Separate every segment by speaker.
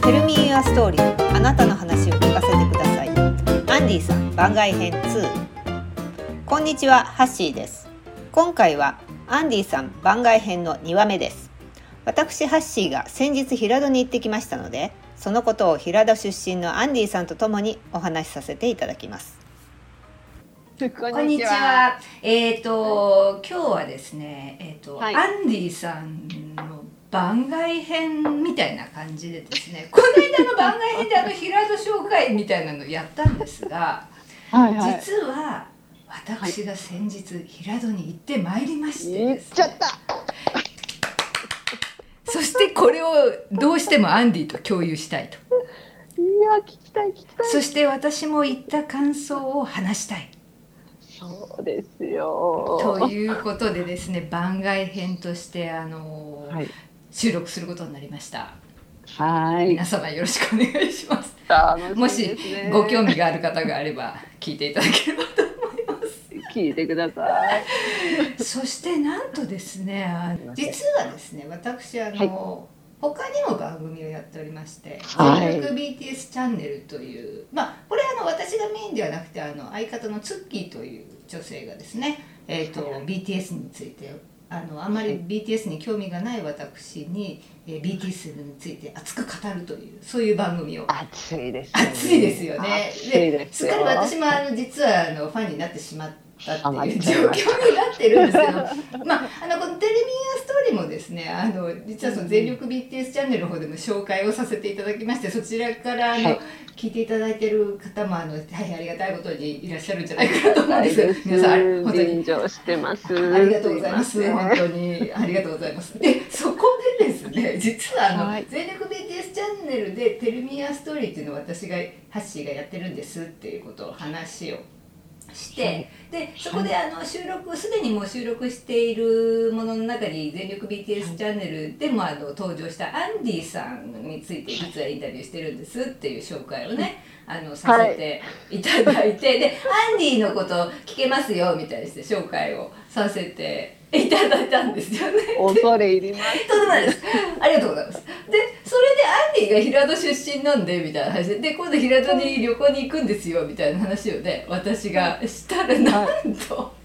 Speaker 1: Tell me your story あなたの話を聞かせてください。アンディさん番外編2。こんにちは、ハッシーです。今回はアンディさん番外編の2話目です。私ハッシーが先日平戸に行ってきましたので、そのことを平戸出身のアンディさんとともにお話しさせていただきます。
Speaker 2: こんにちは。今日はですね、アンディさんの番外編みたいな感じでですね、この間の番外編で平戸紹介みたいなのをやったんですが、実は私が先日平戸に行ってまいりましてですね、
Speaker 3: 行っちゃった。
Speaker 2: そしてこれをどうしてもアンディと共有したいと。
Speaker 3: いや、聞きたい。
Speaker 2: そして私も行った感想を話したい。
Speaker 3: そうですよ。
Speaker 2: ということでですね、番外編として収録することになりました。皆様よろしくお願いします。もしご興味がある方があれば聞いていただければと思います。
Speaker 3: 聞いてください。
Speaker 2: そしてなんとですね、実はですね、私他にも番組をやっておりまして、全力 BTS チャンネルという、これ私がメインではなくて相方のツッキーという女性がですね、BTS についてあんまり BTS に興味がない私に、BTS について熱く語るという、そういう番組を。
Speaker 3: 熱いです
Speaker 2: よね。すっかり私も実はファンになってしまったっていう状況になってるんですけど、このテレビアストーリーもですね、実はその全力 BTS チャンネルの方でも紹介をさせていただきまして、そちらから聞いていただいている方も大変ありがたいことにいらっしゃるんじゃないかなと思うんです。皆さん本当に
Speaker 3: 便乗してます。
Speaker 2: ありがとうございます。本当にありがとうございます。で、そこでですね、実は全力 BTS チャンネルでテルミアストーリーっていうのを私がハッシーがやってるんですっていうことを話をして、でそこですでにもう収録しているものの中に全力 BTS チャンネルでも登場したアンディさんについて実はインタビューしてるんですっていう紹介をねさせていただいて、でアンディのこと聞けますよみたいにして紹介をさせていただいたんですよね。
Speaker 3: 恐れ入ります。
Speaker 2: とんでもないです。ありがとうございます。で、それでアンディが平戸出身なんでみたいな話で、今度平戸に旅行に行くんですよみたいな話をね、私がしたらなんと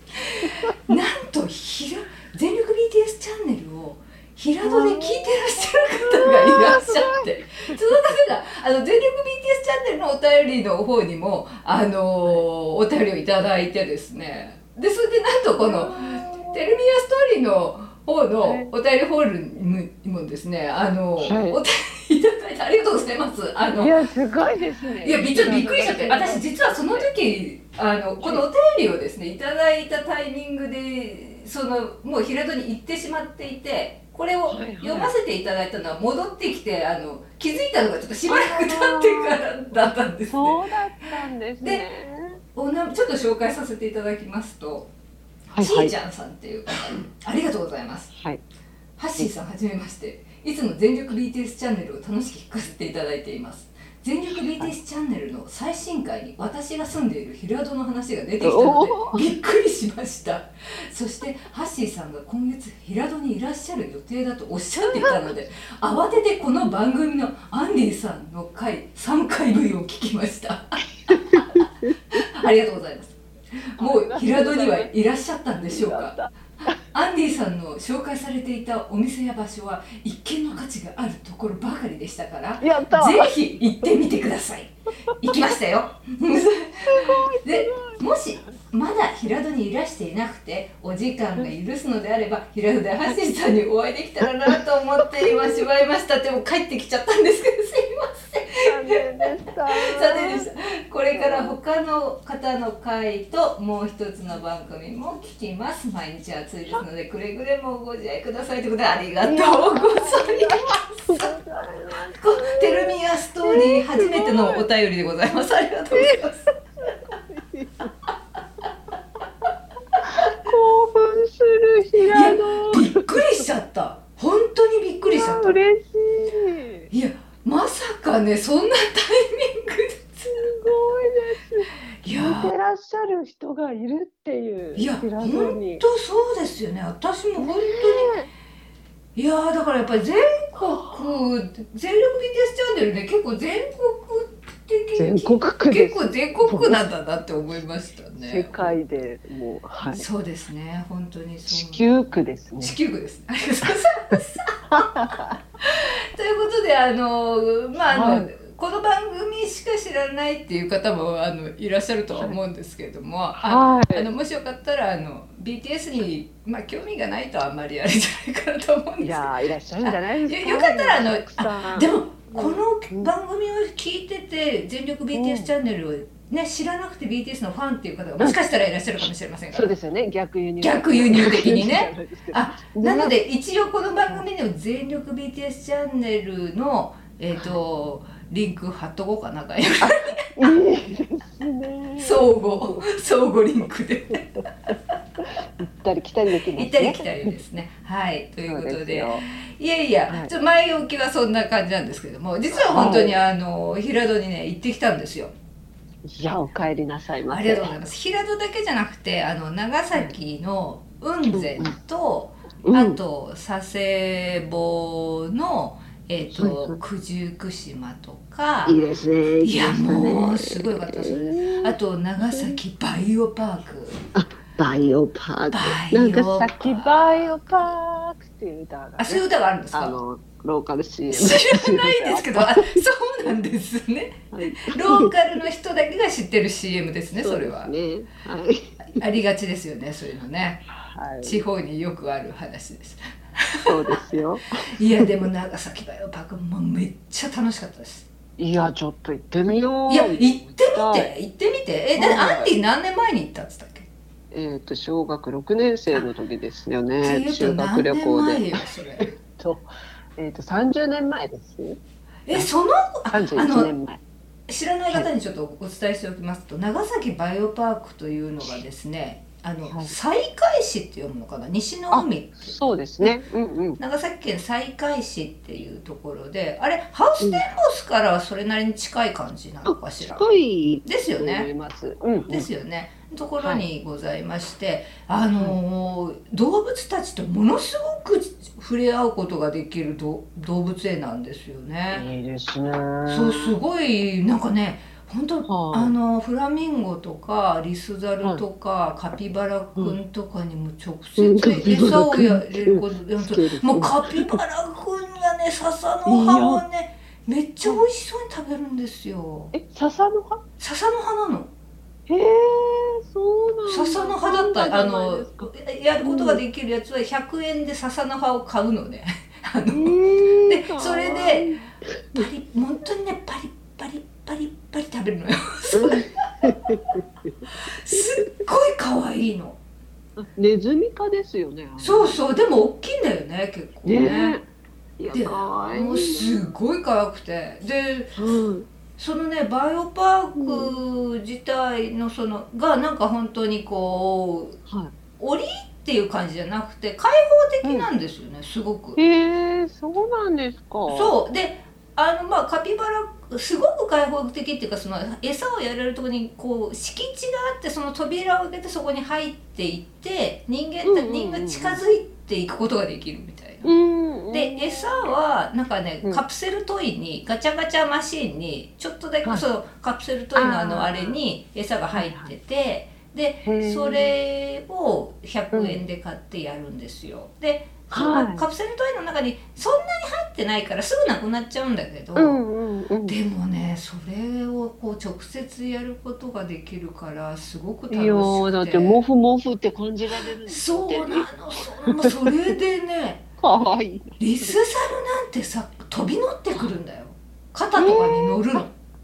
Speaker 2: 全力 BTS チャンネルを平戸で聞いてらっしゃる方がいらっしゃって、その方が全力 BTS チャンネルのお便りの方にもお便りをいただいてですね、でそれでなんとこのテルミアストーリーの方のお便りホールにもですね、お便りいただいてありがとうございます。
Speaker 3: いや、すごいですね。
Speaker 2: いや、ちょっとびっくりしちゃって、私実はその時このお便りをですねいただいたタイミングでもう平戸に行ってしまっていて、これを読ませていただいたのは戻ってきて気づいたのがちょっとしばらく経ってからだったんですね。
Speaker 3: そうだったんですね。
Speaker 2: で、ちょっと紹介させていただきますと、ちーちゃんさんっていう方、ありがとうございます。ハッシーさんはじめまして。いつも全力 BTS チャンネルを楽しく聞かせていただいています。全力 BTS チャンネルの最新回に私が住んでいる平戸の話が出てきたのでびっくりしました。そしてハッシーさんが今月平戸にいらっしゃる予定だとおっしゃっていたので、慌ててこの番組のアンディさんの回3回分を聞きました。ありがとうございます。もう平戸にはいらっしゃったんでしょうか。アンディさんの紹介されていたお店や場所は一見の価値があるところばかりでしたから、ぜひ行ってみてください。行きましたよ。で、もしまだ平戸にいらしていなくてお時間が許すのであれば、平戸でハッシーさんにお会いできたらなと思って今しまいました。でも帰ってきちゃったんですけど、すいません。
Speaker 3: 残念でした。
Speaker 2: 残念でした。これから他の方の回ともう一つの番組も聞きます。毎日暑いですのでくれぐれもご自愛くださいということで、ありがとうございます。テルミアストーリー初めてのお便りでございます。ありがとうございます。
Speaker 3: 興奮する平戸。
Speaker 2: びっくりしちゃった。本当にびっくりしちゃった。
Speaker 3: 嬉しい。
Speaker 2: いや、まさかね、そんなタイミングで。
Speaker 3: すごいです。見てらっしゃる人がいるっていう。
Speaker 2: いや、本当そうですよね。私も本当に。いいやだからやっぱり全力 BTS チャンネルね、結構全国
Speaker 3: 全国区です。
Speaker 2: 結構全国区なんだなって思いましたね。
Speaker 3: 世界でもう、はい、
Speaker 2: そうですね、本当にそう。
Speaker 3: 地球区ですね。
Speaker 2: 地球区です。ありがとうございます。ということではい、この番組しか知らないっていう方もいらっしゃるとは思うんですけれども、はい、もしよかったらBTS に、興味がないとあんまりあれじゃないかなと思うんですけど、
Speaker 3: いやいらっしゃるんじゃないですか。
Speaker 2: よかったらでもこの番組を聞いてて全力 BTS チャンネルをね、知らなくて BTS のファンっていう方がもしかしたらいらっしゃるかもしれませんから、
Speaker 3: そうですよね、逆輸入
Speaker 2: 的にねなので一応この番組でも全力 BTS チャンネルのリンク貼っとこうかな。いいですね。相互リンクで
Speaker 3: 行ったり来たりできますね。
Speaker 2: 行ったり来たりですね。はい、ということで、いや、ちょっと前置きはそんな感じなんですけども、実は本当に平戸にね行ってきたんですよ。
Speaker 3: いや、お帰りなさいませ。
Speaker 2: ありがとうございます。平戸だけじゃなくて長崎の雲仙と、あと佐世保の九十九島とか、
Speaker 3: いいですね。
Speaker 2: いやもうすごい良かったです。あと長崎バイオパーク。
Speaker 3: バイオパーク。長崎バイオパークっていう歌が、
Speaker 2: そういう歌があるんですか？
Speaker 3: ローカル CM。
Speaker 2: 知らないですけど、そうなんですね。ローカルの人だけが知ってる CM ですね、それは。ありがちですよね、そういうのね。地方によくある話です。
Speaker 3: そうですよ。
Speaker 2: いやでも長崎バイオパークもめっちゃ楽しかったです。
Speaker 3: いやちょっと行ってみよう。
Speaker 2: いや行ってみて。アンディ何年前に行ったんですかっけ？
Speaker 3: 小学6年生の時ですよね。修学旅行で。
Speaker 2: 何年前よそれ。
Speaker 3: 30年前です。31年前。
Speaker 2: 知らない方にちょっとお伝えしておきますと、長崎バイオパークというのがですね、西海市って読むのかな、西の海って。
Speaker 3: そうですね、
Speaker 2: 長崎県西海市っていうところで、あれハウステンボスからはそれなりに近い感じなのかしら。
Speaker 3: 近い
Speaker 2: ですよね。
Speaker 3: です
Speaker 2: よね。ところにございまして、動物たちとものすごく触れ合うことができる動物園なんですよね。
Speaker 3: いいですね。
Speaker 2: そう、すごいなんかね、本当フラミンゴとかリスザルとか、カピバラくんとかにも直接餌をやれることで、もうカピバラくんがね、笹の葉をねめっちゃ美味しそうに食べるんですよ。
Speaker 3: 笹の葉？
Speaker 2: 笹の葉なの。
Speaker 3: へえ、そうなんだ。
Speaker 2: 笹の葉だったらやることができるやつは100円で笹の葉を買うのね。でそれで本当にねパリ食べるのよ。すっごい可愛いの。
Speaker 3: ネズミ科ですよね。
Speaker 2: そう、でも大きいんだよね、結構ね。
Speaker 3: で
Speaker 2: もうすごい可愛くて、で、そのねバイオパーク自体のがなんか本当にこう、檻っていう感じじゃなくて開放的なんですよね、すごく。
Speaker 3: へえ、そうなんですか。
Speaker 2: そうで、カピバラすごく開放的っていうか、餌をやれるところにこう敷地があって、その扉を開けてそこに入っていって人間が近づいていくことができるみたいな。で餌はなんかね、カプセルトイにガチャガチャマシーンにちょっとだけ、カプセルトイのあれに餌が入ってて、でそれを100円で買ってやるんですよ。でそのカプセルトイの中にそんなに入ってないからすぐなくなっちゃうんだけど、でもねそれをこう直接やることができるからすごく楽しくて。いや
Speaker 3: だってモフモフって感じられるんです
Speaker 2: よ。そうなの。それでね
Speaker 3: かわいい。
Speaker 2: リスザルなんてさ飛び乗ってくるんだよ。肩とかに乗るの。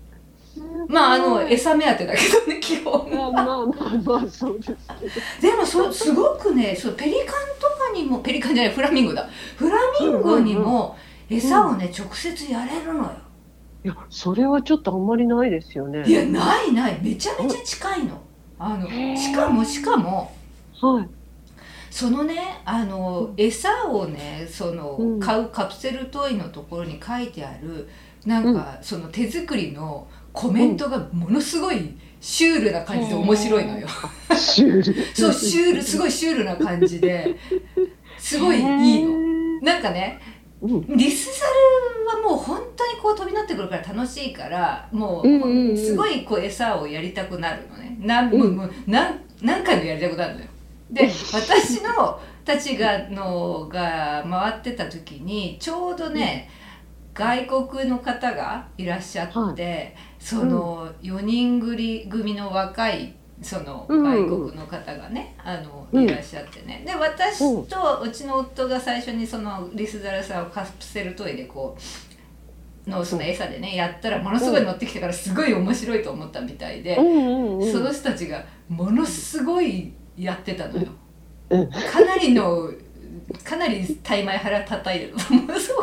Speaker 2: 餌目当てだけどね、基本。
Speaker 3: そうです
Speaker 2: けど。でもすごくね、ペリカンとかにも、ペリカンじゃない、フラミンゴだ。フラミンゴにも餌をね、直接やれるのよ。
Speaker 3: いや、それはちょっとあんまりないですよね。
Speaker 2: いや、ない、めちゃめちゃ近いの。しかも、そのね、餌をね、買うカプセルトイのところに書いてある、なんか、その手作りのコメントがものすごいシュールな感じで面白いのよ。そう、すごいシュールな感じですごいいいの。 なんかね、リスザルはもう本当にこう飛び乗ってくるから楽しいから、もうすごいこう餌をやりたくなるのね。何回もやりたくなるのよ。で私のたちが回ってた時にちょうどね、外国の方がいらっしゃって、その4人組の若いその外国の方がね、いらっしゃってね。で私とうちの夫が最初にそのリスザルさんをカプセルトイでこうその餌でねやったらものすごい乗ってきたからすごい面白いと思ったみたいで、その人たちがものすごいやってたのよ。かなりタイマイ腹叩いてたと思う。結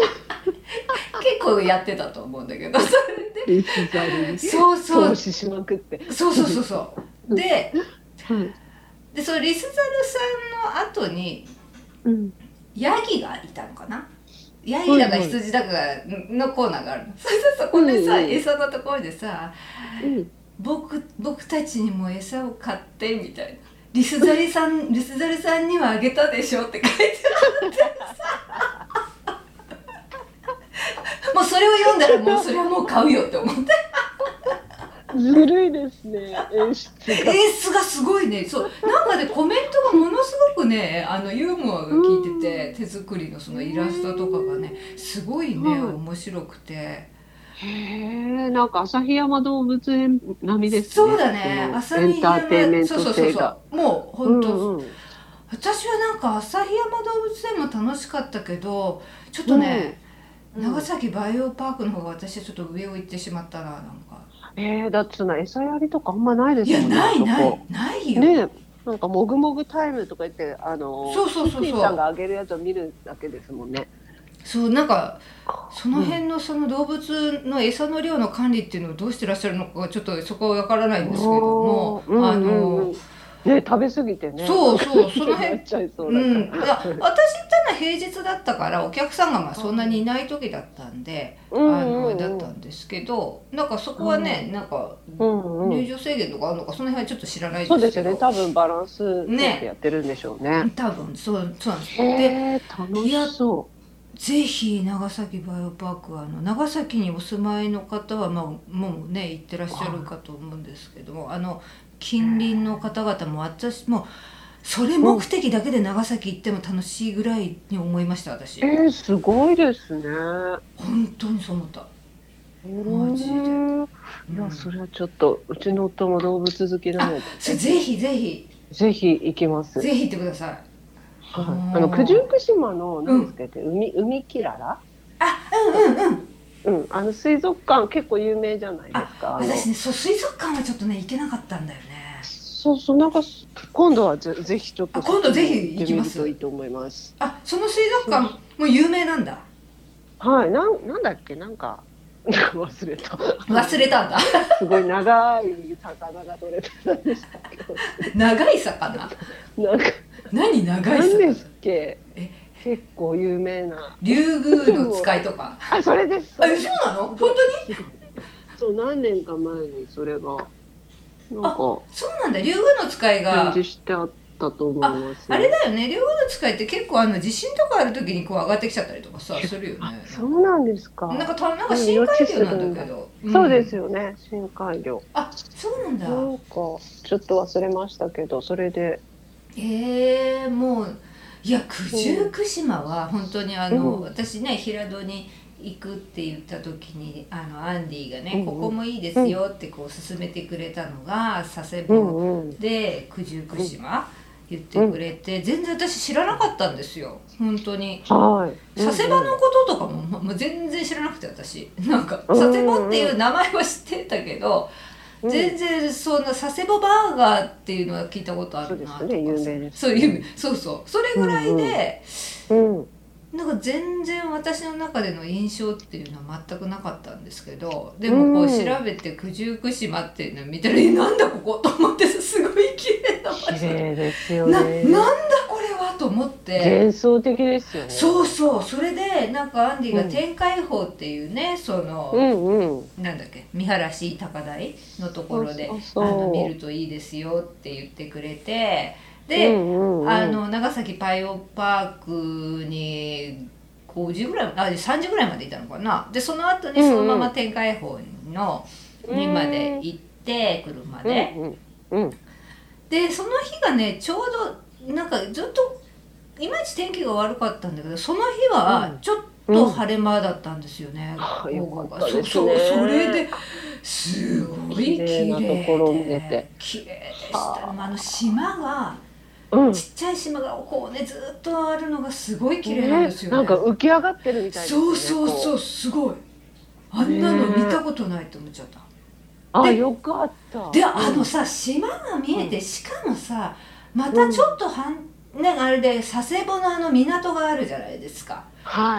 Speaker 2: 構やってたと思うんだけど、それで投資しまくって、そうでそのリスザルさんの後にヤギがいたのかな。ヤギだか羊だかのコーナーがあるの。そこでさ、餌のところでさ、僕たちにも餌を買ってみたいな。リスザルさんにはあげたでしょって書いてあってさもうそれを読んだらもうそれはもう買うよって思って
Speaker 3: ずるいですね、演
Speaker 2: 出がすごいね。そうなんかね、コメントがものすごくね、ユーモアが効いてて、手作りのそのイラストとかがねすごいね、面白くて。
Speaker 3: なんか旭山動物園並みですね。
Speaker 2: そうだね、
Speaker 3: エンターテインメント性が。
Speaker 2: もう本当、私はなんか旭山動物園も楽しかったけど、ちょっとね、長崎バイオパークの方が私はちょっと上を行ってしまったな、なんか。
Speaker 3: だってそんな餌やりとかあんまないですよね。
Speaker 2: いや、ないよ。
Speaker 3: ね、なんかもぐもぐタイムとか言ってキティさんがあげるやつを見るだけですもんね。
Speaker 2: そうなんかその辺のその動物の餌の量の管理っていうのをどうしてらっしゃるのかちょっとそこはわからないんですけども、
Speaker 3: ね、食べ過ぎてね。
Speaker 2: そうその辺
Speaker 3: ちゃいそうだから。
Speaker 2: 私行ったのは平日だったからお客さんがまあそんなにいない時だったんで、だったんですけど、なんかそこはね、なんか入場制限とかあるのかその辺はちょっと知らないですけど。
Speaker 3: そうですよね。多分バランスでやってるんでしょうね。
Speaker 2: 多分そうなんです。
Speaker 3: で、楽しそう。
Speaker 2: ぜひ長崎バイオパークは長崎にお住まいの方は、もうね行ってらっしゃるかと思うんですけども、近隣の方々も私もそれ目的だけで長崎行っても楽しいぐらいに思いました私。
Speaker 3: すごいですね。
Speaker 2: 本当にそう思った。マジで。
Speaker 3: いや、それはちょっとうちの夫も動物好きなので。
Speaker 2: ぜひ
Speaker 3: 行きます。
Speaker 2: ぜひ行ってください。
Speaker 3: 九十九島の何ですか、海きらら。水族館結構有名じゃないですか。
Speaker 2: 私ね、水族館はちょっとね行けなかったんだよね。
Speaker 3: なんか今度はぜひちょっと
Speaker 2: 今度ぜひ行きます。
Speaker 3: いいと思います。
Speaker 2: その水族館も有名なんだ。
Speaker 3: はい、なんだっけ、なんか忘れ
Speaker 2: たんだ。
Speaker 3: すごい長い魚が取れてたんでしたけど。
Speaker 2: 長い魚。何長い魚。
Speaker 3: 何ですっけ。結構有名な。
Speaker 2: 竜宮の使いとか。
Speaker 3: それです。
Speaker 2: そうなの？本当に？
Speaker 3: そう、何年か前にそれがなんか。
Speaker 2: そうなんだ。竜宮の使いが。
Speaker 3: 展示してあったと思います。
Speaker 2: あれだよね。竜宮の使いって結構地震とかある時にこう上がってきちゃったりとかさするよね。
Speaker 3: そうなんですか。
Speaker 2: なんか深海魚なんだけど。
Speaker 3: そうですよね。深海魚。
Speaker 2: そうなんだ。
Speaker 3: なんかちょっと忘れましたけど、それで。
Speaker 2: もういや九十九島は本当に私ね平戸に行くって言った時にアンディがね、ここもいいですよってこう勧めてくれたのが佐世保で九十九島言ってくれて、全然私知らなかったんですよ本当に。佐世保のこととかも全然知らなくて、私なんか佐世保っていう名前は知ってたけど、全然そんな佐世保バーガーっていうのは聞いたことあるなとか。そうですね、有名です。そうそれぐらいで、なんか全然私の中での印象っていうのは全くなかったんですけど、でもこう調べて九十九島っていうのを見たら、なんだここと思って、すごい綺麗な場所。綺麗ですよね。なんだこれはと思って。
Speaker 3: 幻想的ですよね。
Speaker 2: そうそれでなんかアンディが天海峰っていうね、そのなんだっけ、見晴高台のところで見るといいですよって言ってくれて、 で、長崎パイオパークに5時ぐらい3時ぐらいまでいたのかな。でその後にそのまま天海峰のにまで行って車で、でその日がねちょうどなんかずっといまいち天気が悪かったんだけど、その日はちょっと晴れ間だったんですよね、午後が。そうそれですごい綺麗なところを見れて綺麗でしたね。島がちっちゃい島がこうねずっとあるのがすごい綺麗なんですよね。
Speaker 3: なんか浮き上がってるみたいですね。
Speaker 2: そうすごい。あんなの見たことないと思っちゃった。
Speaker 3: よかった。
Speaker 2: でさ島が見えて、しかもさまたちょっとあれで佐世保の港があるじゃないですか。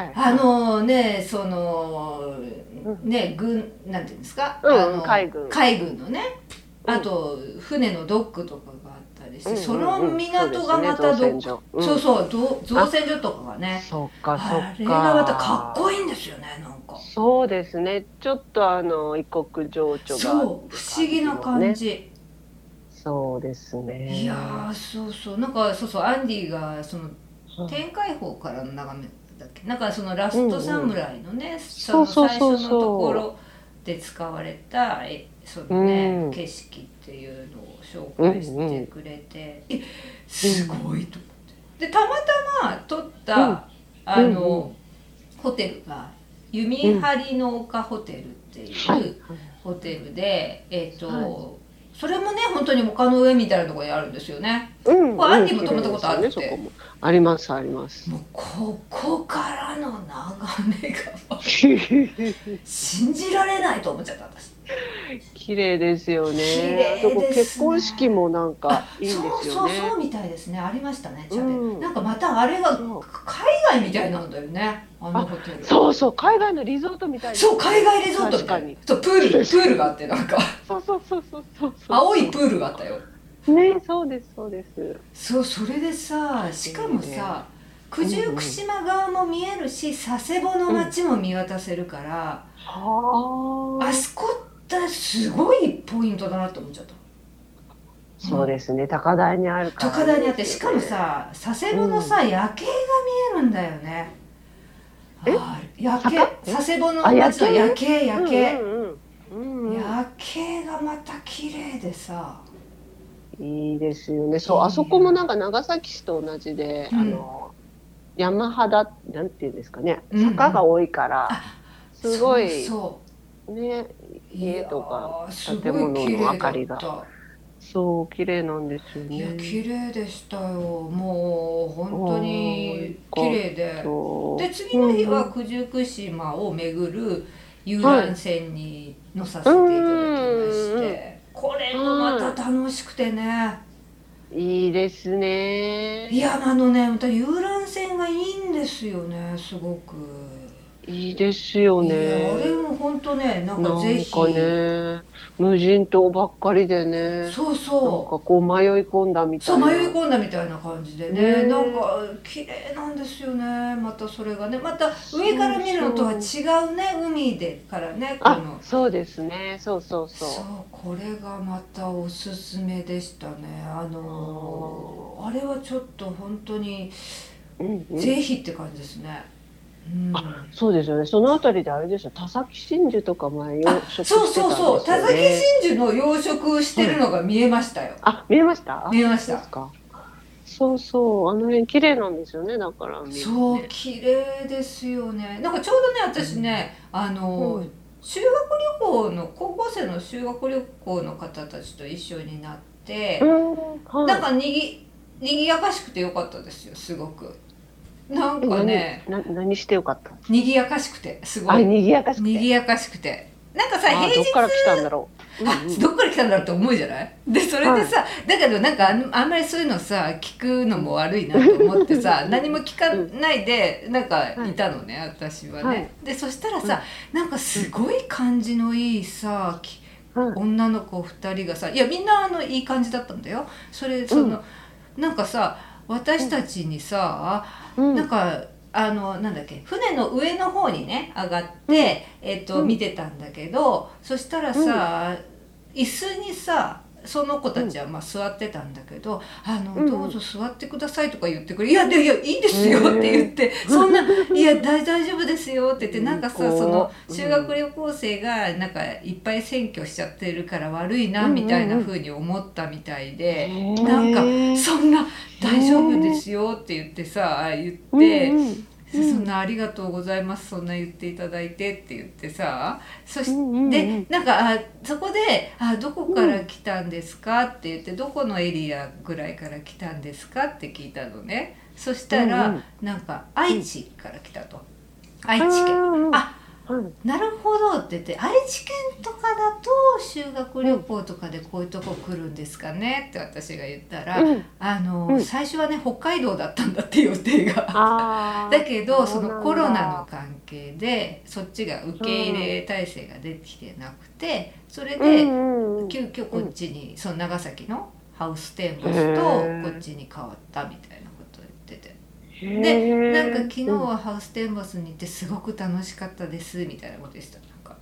Speaker 2: 軍なんていうんですか、海軍のね、あと船のドックとかがあったりして、その港がまた造船所とかがね、あれがまたかっこいいんですよね。なんか
Speaker 3: そうですね、ちょっと異国情緒が
Speaker 2: 不思議な感じ。
Speaker 3: そうですね。
Speaker 2: いやそうなんかアンディがその天海峰からの眺めだっけ、なんかそのラストサムライのね、その最初のところで使われたそのね、景色っていうのを紹介してくれて、すごいと思って。でたまたま撮ったホテルが弓張の丘ホテルっていうホテルで、それもね本当に丘の上みたいなところにあるんですよね。アンディも泊まったことあるって。
Speaker 3: あります。
Speaker 2: もうここからの眺めが信じられないと思っちゃった私。
Speaker 3: 綺麗ですよね。結婚式もなんかいいんですよね。
Speaker 2: そうみたいですね。ありましたね。なんかまたあれが海外みたいなんだよね。ホテル。
Speaker 3: そう海外のリゾートみたいな。
Speaker 2: そう海外リゾートみたいな。そうプールがあってなんか。
Speaker 3: そう
Speaker 2: 青いプールがあったよ。
Speaker 3: ね、そうです。
Speaker 2: それでさ、しかもさ、九十九島側も見えるし、佐世保の街も見渡せるから、あそこってすごいポイントだなって思っちゃった。
Speaker 3: そうですね、高台にあるから、
Speaker 2: 高台にあって、しかもさ佐世保のさ、夜景が見えるんだよね。佐世保の街の夜景夜景がまた綺麗でさ、
Speaker 3: いいですよね。あそこもなんか長崎市と同じで、山肌なんていうんですかね、坂が多いから、すごいね、家とか建物の明かりが綺麗なんですよね。
Speaker 2: いや綺麗でしたよ。もう本当に綺麗で、で次の日は九十九島を巡る遊覧船に乗させていただきまして、これもまた楽しくてね。
Speaker 3: いいですね。
Speaker 2: いやまた遊覧船がいいんですよね。すごく
Speaker 3: いいですよね。
Speaker 2: あれも本当ね、なんかぜひ
Speaker 3: ね、無人島ばっかりでね、なんかこう迷い込んだみたいな。
Speaker 2: 迷い込んだみたいな感じでね、なんか綺麗なんですよね。またそれがね、また上から見るのとは違うね、海でからね、
Speaker 3: そうですね、そう
Speaker 2: これがまたおすすめでしたね。あれはちょっと本当にぜひって感じですね。
Speaker 3: そうですよね。そのあたりであれですよ、田崎真珠とか前養殖してたんですよね。
Speaker 2: そう田崎真珠の養殖してるのが見えましたよ。
Speaker 3: 見えました？
Speaker 2: 見えました。
Speaker 3: そうあの辺綺麗なんですよね。だから
Speaker 2: そう綺麗ですよね。なんかちょうどね、私ね、修学旅行の高校生の修学旅行の方たちと一緒になって、なんかにぎやかしくてよかったですよ。すごく。なんかね、
Speaker 3: 何してよかった？
Speaker 2: にぎやかしくて、すごい。
Speaker 3: にぎやか
Speaker 2: しくて。なんかさ、平日
Speaker 3: どっから来たんだろ
Speaker 2: う。どっから来たんだろうって思うじゃない？で、それでさ、だけどなんかあんまりそういうのさ、聞くのも悪いなと思ってさ、何も聞かないで、なんかいたのね、私はね。で、そしたらさ、なんかすごい感じのいいさ、女の子2人がさ、いやみんないい感じだったんだよ。なんかさ、私たちにさ、なんかなんだっけ、船の上の方にね上がって、見てたんだけど、そしたらさ、椅子にさその子たちはまあ座ってたんだけど、どうぞ座ってくださいとか言ってくれ、いやいいですよって言って、そんな、いや大丈夫ですよって言って、なんかさ、その修学旅行生がなんかいっぱい占拠しちゃってるから悪いなみたいな風に思ったみたいで、なんかそんな大丈夫ですよって言ってさ、言って、そんなありがとうございます、そんな言っていただいてって言ってさ、そしてなんかそこでどこから来たんですかって言って、どこのエリアぐらいから来たんですかって聞いたのね。そしたらなんか愛知から来たと。愛知県。なるほどって言って、愛知県とかだと修学旅行とかでこういうとこ来るんですかねって私が言ったら、最初はね北海道だったんだって予定がだけどそのコロナの関係でそっちが受け入れ体制ができてなくて、それで急遽こっちにその長崎のハウステンボスとこっちに変わったみたいなことを言ってて。でなんか昨日はハウステンボスに行ってすごく楽しかったですみたいなことでした。なんか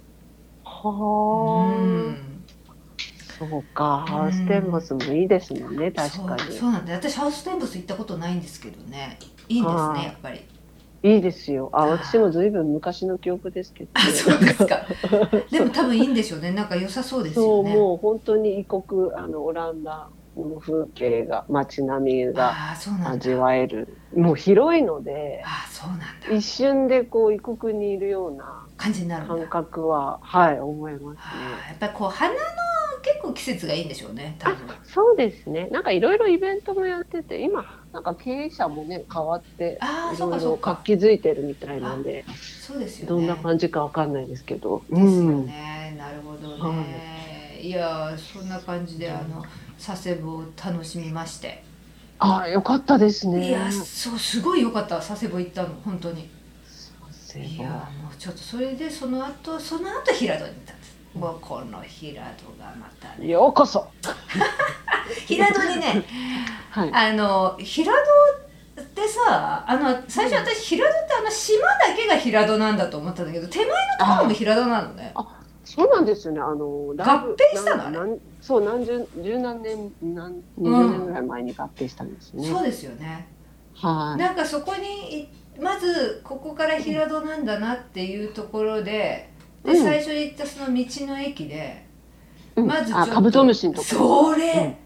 Speaker 3: そうか、ハウステンボスもいいですもんね。確かに
Speaker 2: そうなんで、私ハウステンボス行ったことないんですけどね、いいんですねやっぱり。
Speaker 3: いいですよ。私もずいぶん昔の記憶ですけど、ね、
Speaker 2: そうですか。でも多分いいんでしょうね。なんか良さそうですよね。
Speaker 3: そう、もう本当に異国オランダの風景が、街並みが味わえる。もう広いので、
Speaker 2: そうなんだ。
Speaker 3: 一瞬でこう異国にいるような
Speaker 2: 感じになる
Speaker 3: 感覚は思いますね。
Speaker 2: やっぱりこう花の結構季節がいいんでしょうね。多分
Speaker 3: そうですね。なんかいろいろイベントもやってて、今なんか経営者もね変わっていろいろ活気づいてるみたいなんで、
Speaker 2: そうですよね。
Speaker 3: どんな感じかわかんないですけど。
Speaker 2: ですよね。なるほどね。いやそんな感じで佐世保を楽しみまして。
Speaker 3: よかったですね。
Speaker 2: いやそうすごい良かった。佐世保行ったの本当に。
Speaker 3: 佐世保。
Speaker 2: いやもうちょっとそれでその後平戸に行ったんです。もうこの平戸がまたね。
Speaker 3: ようこそ。
Speaker 2: 平戸にね、平戸ってさ、最初私平戸って島だけが平戸なんだと思ったんだけど、手前のところも平戸なのね。
Speaker 3: そうなんですよね。合
Speaker 2: 併したのあれ。
Speaker 3: そう、十何年、20年ぐらい前に合併したんですね。
Speaker 2: そうですよね。なんかそこにまずここから平戸なんだなっていうところで、最初に行ったその道の駅で、まずちょっと
Speaker 3: カブトムシのところ。
Speaker 2: それ、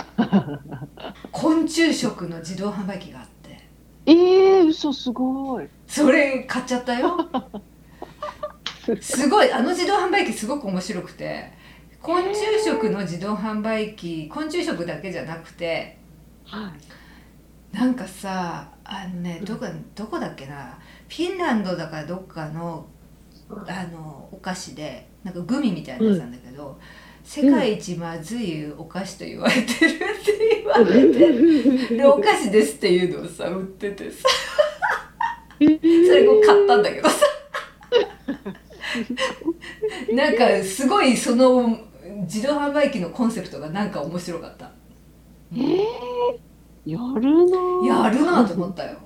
Speaker 2: 昆虫食の自動販売機があって。
Speaker 3: 嘘、すごい。
Speaker 2: それ買っちゃったよ。すごい、自動販売機すごく面白くて、昆虫食の自動販売機、昆虫食だけじゃなくて、なんかさどこだっけな、フィンランドだからどっかのお菓子でなんかグミみたいなやつなんだけど、世界一まずいお菓子と言われてるって言われてでお菓子ですっていうのをさ売っててさそれを買ったんだけどさなんかすごいその自動販売機のコンセプトがなんか面白かった。
Speaker 3: やる
Speaker 2: なと思ったよ。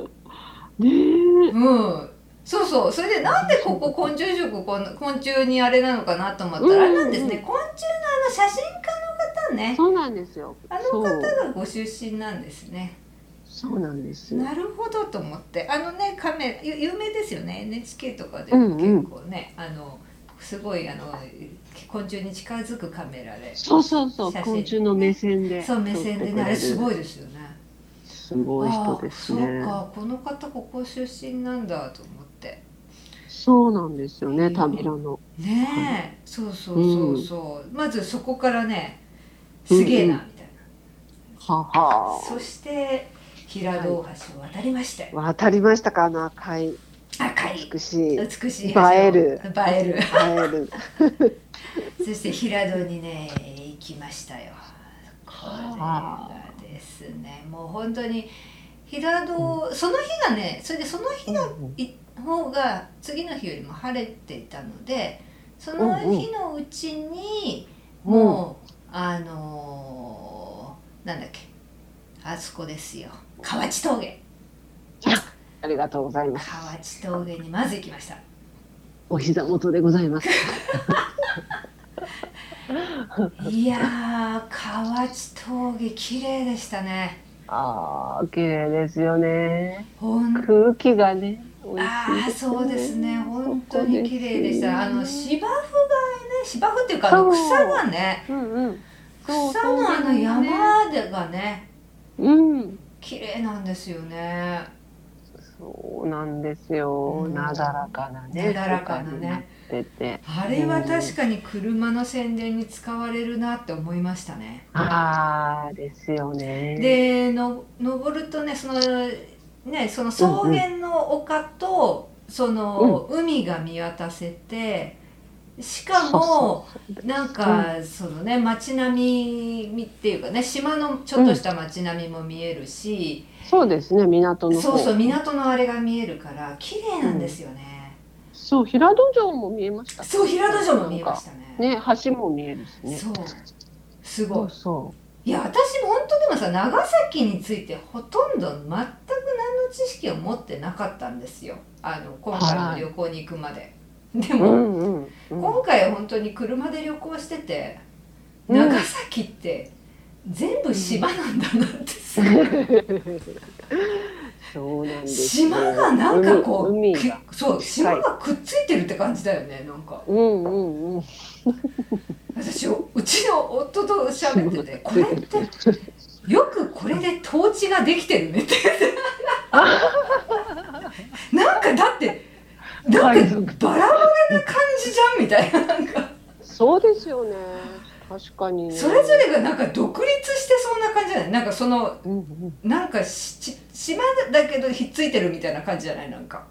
Speaker 2: そうそう。それでなんでここ昆虫食、昆虫にあれなのかなと思ったら、あれなんですね。昆虫の写真家の方ね。
Speaker 3: そうなんですよ。
Speaker 2: 方がご出身なんですね。
Speaker 3: そうなんです。
Speaker 2: なるほどと思って、カメラ有名ですよね。NHK とかで結構ね、すごい昆虫に近づくカメラで。
Speaker 3: そう。昆虫の目線で。
Speaker 2: そう目線でね、あれすごいですよね。
Speaker 3: すごい人ですね。
Speaker 2: そうか、この方ここ出身なんだと思って。
Speaker 3: そうなんですよね、旅路の。
Speaker 2: ねえ、そう。まずそこからね、すげえなみたいな。そして平戸大橋を渡りまして。
Speaker 3: 渡りましたか、赤い美しい
Speaker 2: 映
Speaker 3: える。
Speaker 2: そして平戸にね行きましたよ。これがですね、もう本当に平戸、その日がね、それでその日の方が次の日よりも晴れていたので、その日のうちにもうなんだっけ、あそこですよ、河内峠。
Speaker 3: ありがとうございます。
Speaker 2: 河内峠にまず行きました。
Speaker 3: お膝元でございます。
Speaker 2: いやー、河内峠綺麗でしたね。
Speaker 3: ああ、綺麗ですよね。空気がね、美味しいですよね。
Speaker 2: ああ、そうですね。本当に綺麗でした。芝生がね、芝生っていうか草がね、草の山がね、綺麗なんですよね。
Speaker 3: そうなんですよ。なだらかなね。
Speaker 2: なだらかなね。あれは確かに車の宣伝に使われるなって思いましたね。
Speaker 3: ああ、ですよね。
Speaker 2: で、登るとね、その草原の丘と、その海が見渡せて、しかもなんかそのね、街並みっていうかね、島のちょっとした街並みも見えるし、
Speaker 3: そうですね、港の方。
Speaker 2: そう、港のあれが見えるから綺麗なんですよね。
Speaker 3: そう、平戸城も見えました。
Speaker 2: そう、平戸城も見えましたね。
Speaker 3: ね、橋も見えるしね。
Speaker 2: そう、すごい。
Speaker 3: そう。
Speaker 2: いや、私も本当でもさ、長崎についてほとんど全く何の知識を持ってなかったんですよ。今回の旅行に行くまで。でも、今回本当に車で旅行してて、長崎って全部島なんだなってすごい。
Speaker 3: そうなんです。
Speaker 2: 島がなんかこう、そう、島がくっついてるって感じだよね、なんか。私、うちの夫と喋ってて、これってよくこれで統治ができてるねってなんかだってバラバラな感じじゃんみたいな、なんか
Speaker 3: そうですよね、確かに、ね、
Speaker 2: それぞれがなんか独立してそんな感じじゃない、なんかその、なんか島だけどひっついてるみたいな感じじゃない、なんか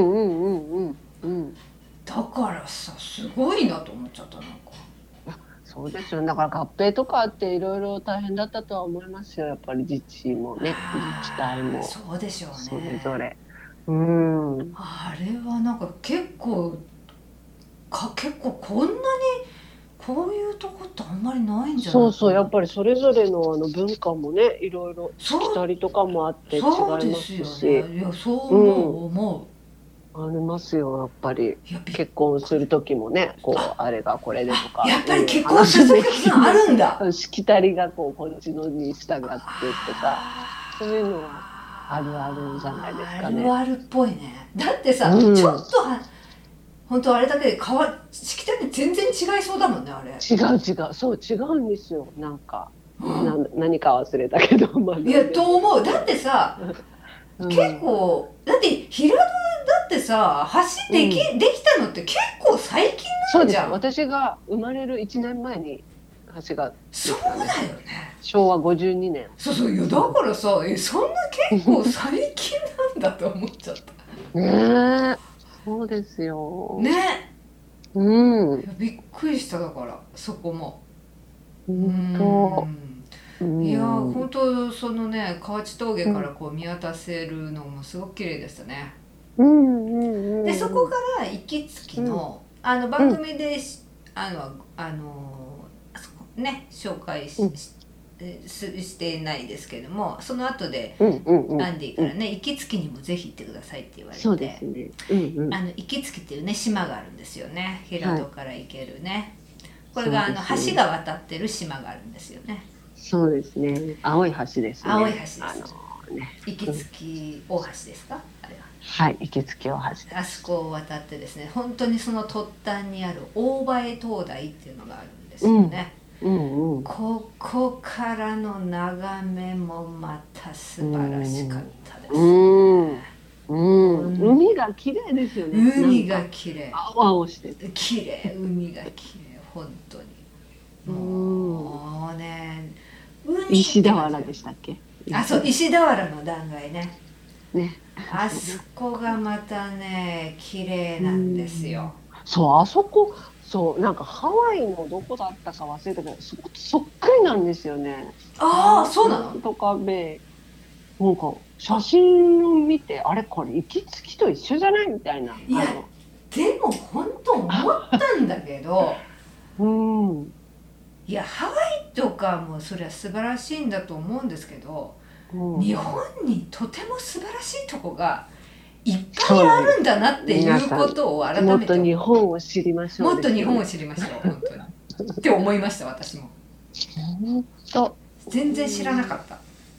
Speaker 2: だからさ、すごいなと思っちゃった、なんか。
Speaker 3: そうですよ、だから合併とかあっていろいろ大変だったとは思いますよ、やっぱり自治もね、自治体も
Speaker 2: そうでしょうね、
Speaker 3: それぞれ。
Speaker 2: あれはなんか結構こんなにこういうとこってあんまりないんじゃないかな。
Speaker 3: そうそう、やっぱりそれぞれの文化もね、いろいろしきたりとかもあって違いますし。
Speaker 2: そうですよね。いや、そう思う。
Speaker 3: ありますよ、やっぱり結婚する時もね、こうあれがこれでとか、
Speaker 2: やっぱり結婚する時があるんだ。
Speaker 3: しきたりがこっちのに従ってとか、そういうのはあるあるじゃないですかね。
Speaker 2: あるあるっぽいね。だってさ、ちょっと本当あれだけでしきたり全然違いそうだもんね、あれ。
Speaker 3: 違う、そう違うんですよ、なんか、何か忘れたけど、
Speaker 2: いやと思う。だってさ、結構だって平戸だってさ、橋できたのって結構最近なんじゃん。
Speaker 3: そうです。私が生まれる1年前に橋が、
Speaker 2: そうだよね。
Speaker 3: 昭和52年。
Speaker 2: そう、いやだからさ、そんな結構最近なんだと思っちゃった。
Speaker 3: ねえ、そうですよ。
Speaker 2: ね。びっくりした、だからそこも。いや本当そのね、河内峠からこう見渡せるのもすごく綺麗でしたね。でそこから行きつきの番組でね紹介してないですけども、その後でアンディからね、行きつきにもぜひ行ってくださいって言われて、
Speaker 3: そうですね、
Speaker 2: 行きつきっていうね島があるんですよね、平戸から行けるね。これが橋が渡ってる島があるんですよね。
Speaker 3: そうですね、青い橋ですね。
Speaker 2: 青い橋です。行きつき大橋ですか、あれは。
Speaker 3: はい、行きつき大橋です。
Speaker 2: あそこを渡ってですね、本当にその突端にある大映灯台っていうのがあるんですよね。ここからの眺めもまた素晴らしかったですね。
Speaker 3: 海が綺麗ですよね。
Speaker 2: 海が綺麗。
Speaker 3: 青々してて
Speaker 2: 綺麗、海が綺麗、本当に。もうね、
Speaker 3: 石田原でしたっけ？
Speaker 2: そう、石田原の断崖ね。あそこがまたね、綺麗なんですよ。
Speaker 3: そう、あそこ、そう、なんかハワイのどこだったか忘れたけど、そっくりなんですよね。
Speaker 2: そうなの？
Speaker 3: とかベイ、なんか写真を見て、あれこれ行きつきと一緒じゃないみたいな。
Speaker 2: いや、でも本当思ったんだけど。いや、ハワイとかもそれは素晴らしいんだと思うんですけど、日本にとても素晴らしいとこがいっぱいあるんだなっていうことを改めて。
Speaker 3: もっと日本を知りましょう。
Speaker 2: もっと日本を知りましょう、本当に。 って思いました私も。
Speaker 3: 本当
Speaker 2: 全然知らなかった。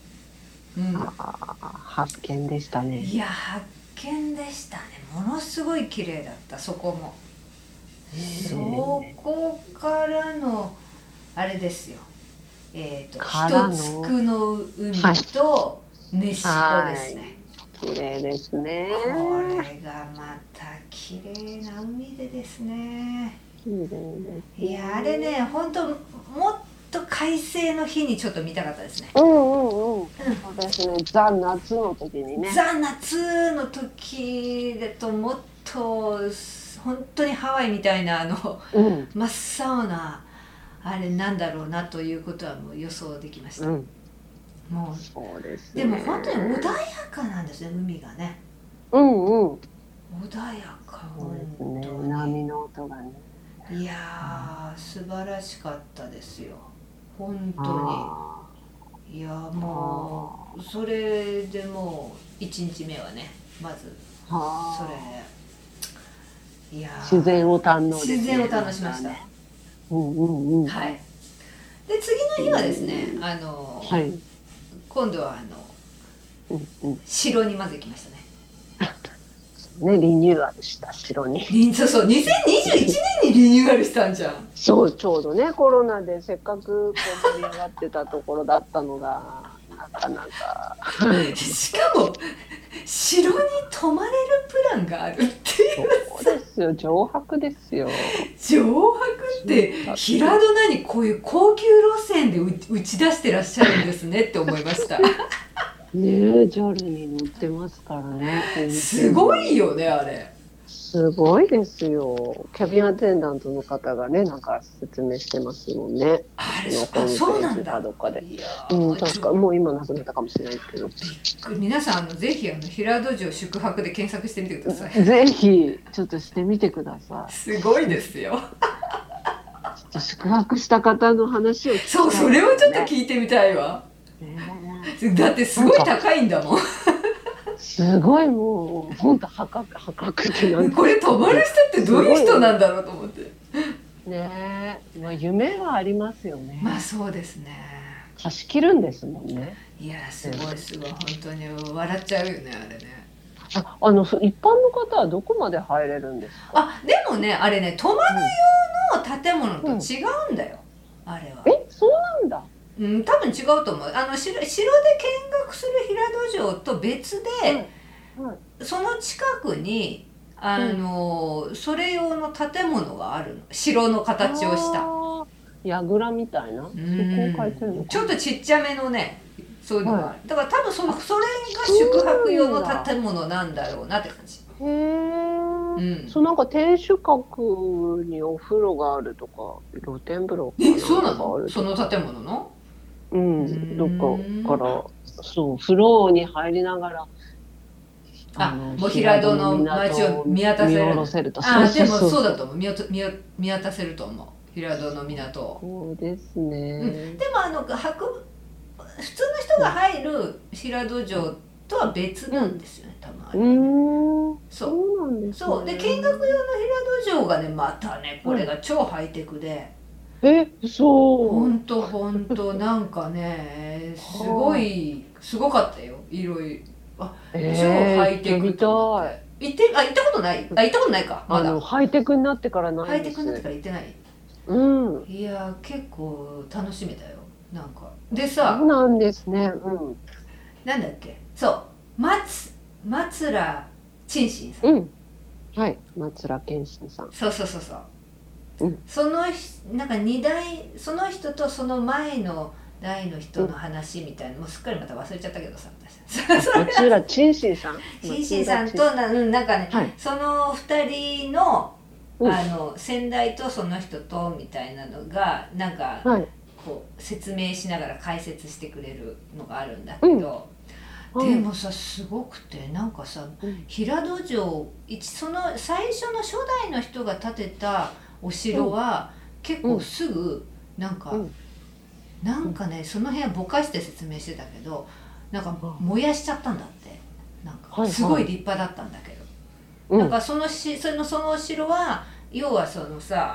Speaker 3: 発見でしたね。
Speaker 2: いや発見でしたね。ものすごい綺麗だったそこも。そこからのあれですよ。ひとつくの海とネシコですね。
Speaker 3: 綺麗ですね。
Speaker 2: これがまた綺麗な海でですね。いやあれね本当もっと快晴の日にちょっと見たかったですね。
Speaker 3: そうですね。ザ夏の時にね。
Speaker 2: ザ夏の時だともっと本当にハワイみたいな真っ青なあれなんだろうなということはもう予想できました。もう
Speaker 3: そうですね。
Speaker 2: でも本当に穏やかなんですね海がね。穏やか。
Speaker 3: そうですね。波の音がね。
Speaker 2: いやー素晴らしかったですよ本当に。いやもうそれでもう1日目はねまずそれでいや
Speaker 3: 自然を堪能
Speaker 2: 自然を堪能しました。はい。で次の日はですね今度は城にまず行きましたね。
Speaker 3: ね、リニューアルした城に。
Speaker 2: そう2021年にリニューアルしたんじゃん。
Speaker 3: そうちょうどねコロナでせっかくこう盛り上がってたところだったのがなかなか
Speaker 2: しかも城に泊まれるプランがあるっていう。
Speaker 3: そうですよ上泊ですよ。
Speaker 2: 上泊って平戸何こういう高級路線で打ち出してらっしゃるんですねって思いました。
Speaker 3: ねえ JAL に乗ってますからね。
Speaker 2: すごいよねあれ。
Speaker 3: すごいですよ。キャビンアテンダントの方がねなんか説明してますもんね。
Speaker 2: あれそうなんだ。
Speaker 3: どっかで。確かもう今なくなったかもしれないけど。
Speaker 2: 皆さんぜひ平戸城宿泊で検索してみてください。
Speaker 3: ぜひちょっとしてみてください。
Speaker 2: すごいですよ。
Speaker 3: 宿泊した方の話を聞きたい、ね。
Speaker 2: それをちょっと聞いてみたいわ。だってすごい高いんだもん。
Speaker 3: すごいもう本当破格ってなんか
Speaker 2: これ泊まる人ってどういう人なんだろうと思って。
Speaker 3: ねえ、まあ夢はありますよね。
Speaker 2: まあそうですね。
Speaker 3: 貸し切るんですもんね。
Speaker 2: いやすごい本当に笑っちゃうよねあれね。
Speaker 3: 一般の方はどこまで入れるんですか？
Speaker 2: でもねあれね泊まる用の建物と違うんだよ、あれは。
Speaker 3: そうなんだ。
Speaker 2: 多分違うと思う。城で見学する平戸城と別で、その近くにそれ用の建物があるの。城の形をした
Speaker 3: 櫓みたいな、そこを書いてるのか。ち
Speaker 2: ょっとちっちゃめのねそういうのがある、だから多分それが宿泊用の建物なんだろうなって感じ。
Speaker 3: そうなんか天守閣にお風呂があるとか露天風呂
Speaker 2: そうなの？その建物の
Speaker 3: どっかからそう風呂に入りながら
Speaker 2: もう平戸の街を見渡せる。
Speaker 3: で
Speaker 2: もそうだと思う。見渡せると思う平戸の港を。
Speaker 3: そうですね、
Speaker 2: でも普通の人が入る平戸城とは別なんですよね、多分あれ。
Speaker 3: そうなんですね。
Speaker 2: そうで見学用の平戸城がねまたねこれが超ハイテクで。
Speaker 3: そう
Speaker 2: 本当なんかねすごかったよ。いろいろ超ハイテクと思って。行ったことない？行ったことないかまだ。
Speaker 3: ハイテクになってからない
Speaker 2: んです。ハイテクになってから行ってない。いや結構楽しめたよなんか。でさ
Speaker 3: そうなんですね。
Speaker 2: なんだっけそう松浦珍心さん。
Speaker 3: はい松浦謙信さん。
Speaker 2: そう。そのなんかその人とその前の代の人の話みたいなもうすっかりまた忘れちゃったけどさ
Speaker 3: 松浦珍心さん
Speaker 2: となんかね、その2人の先代とその人とみたいなのがなんかこう説明しながら解説してくれるのがあるんだけど、でもさすごくてなんかさ、平戸城その最初の初代の人が建てたお城は結構すぐなんかねその辺はぼかして説明してたけどなんか燃やしちゃったんだって。なんかすごい立派だったんだけど、なんかそのお城は要はそのさ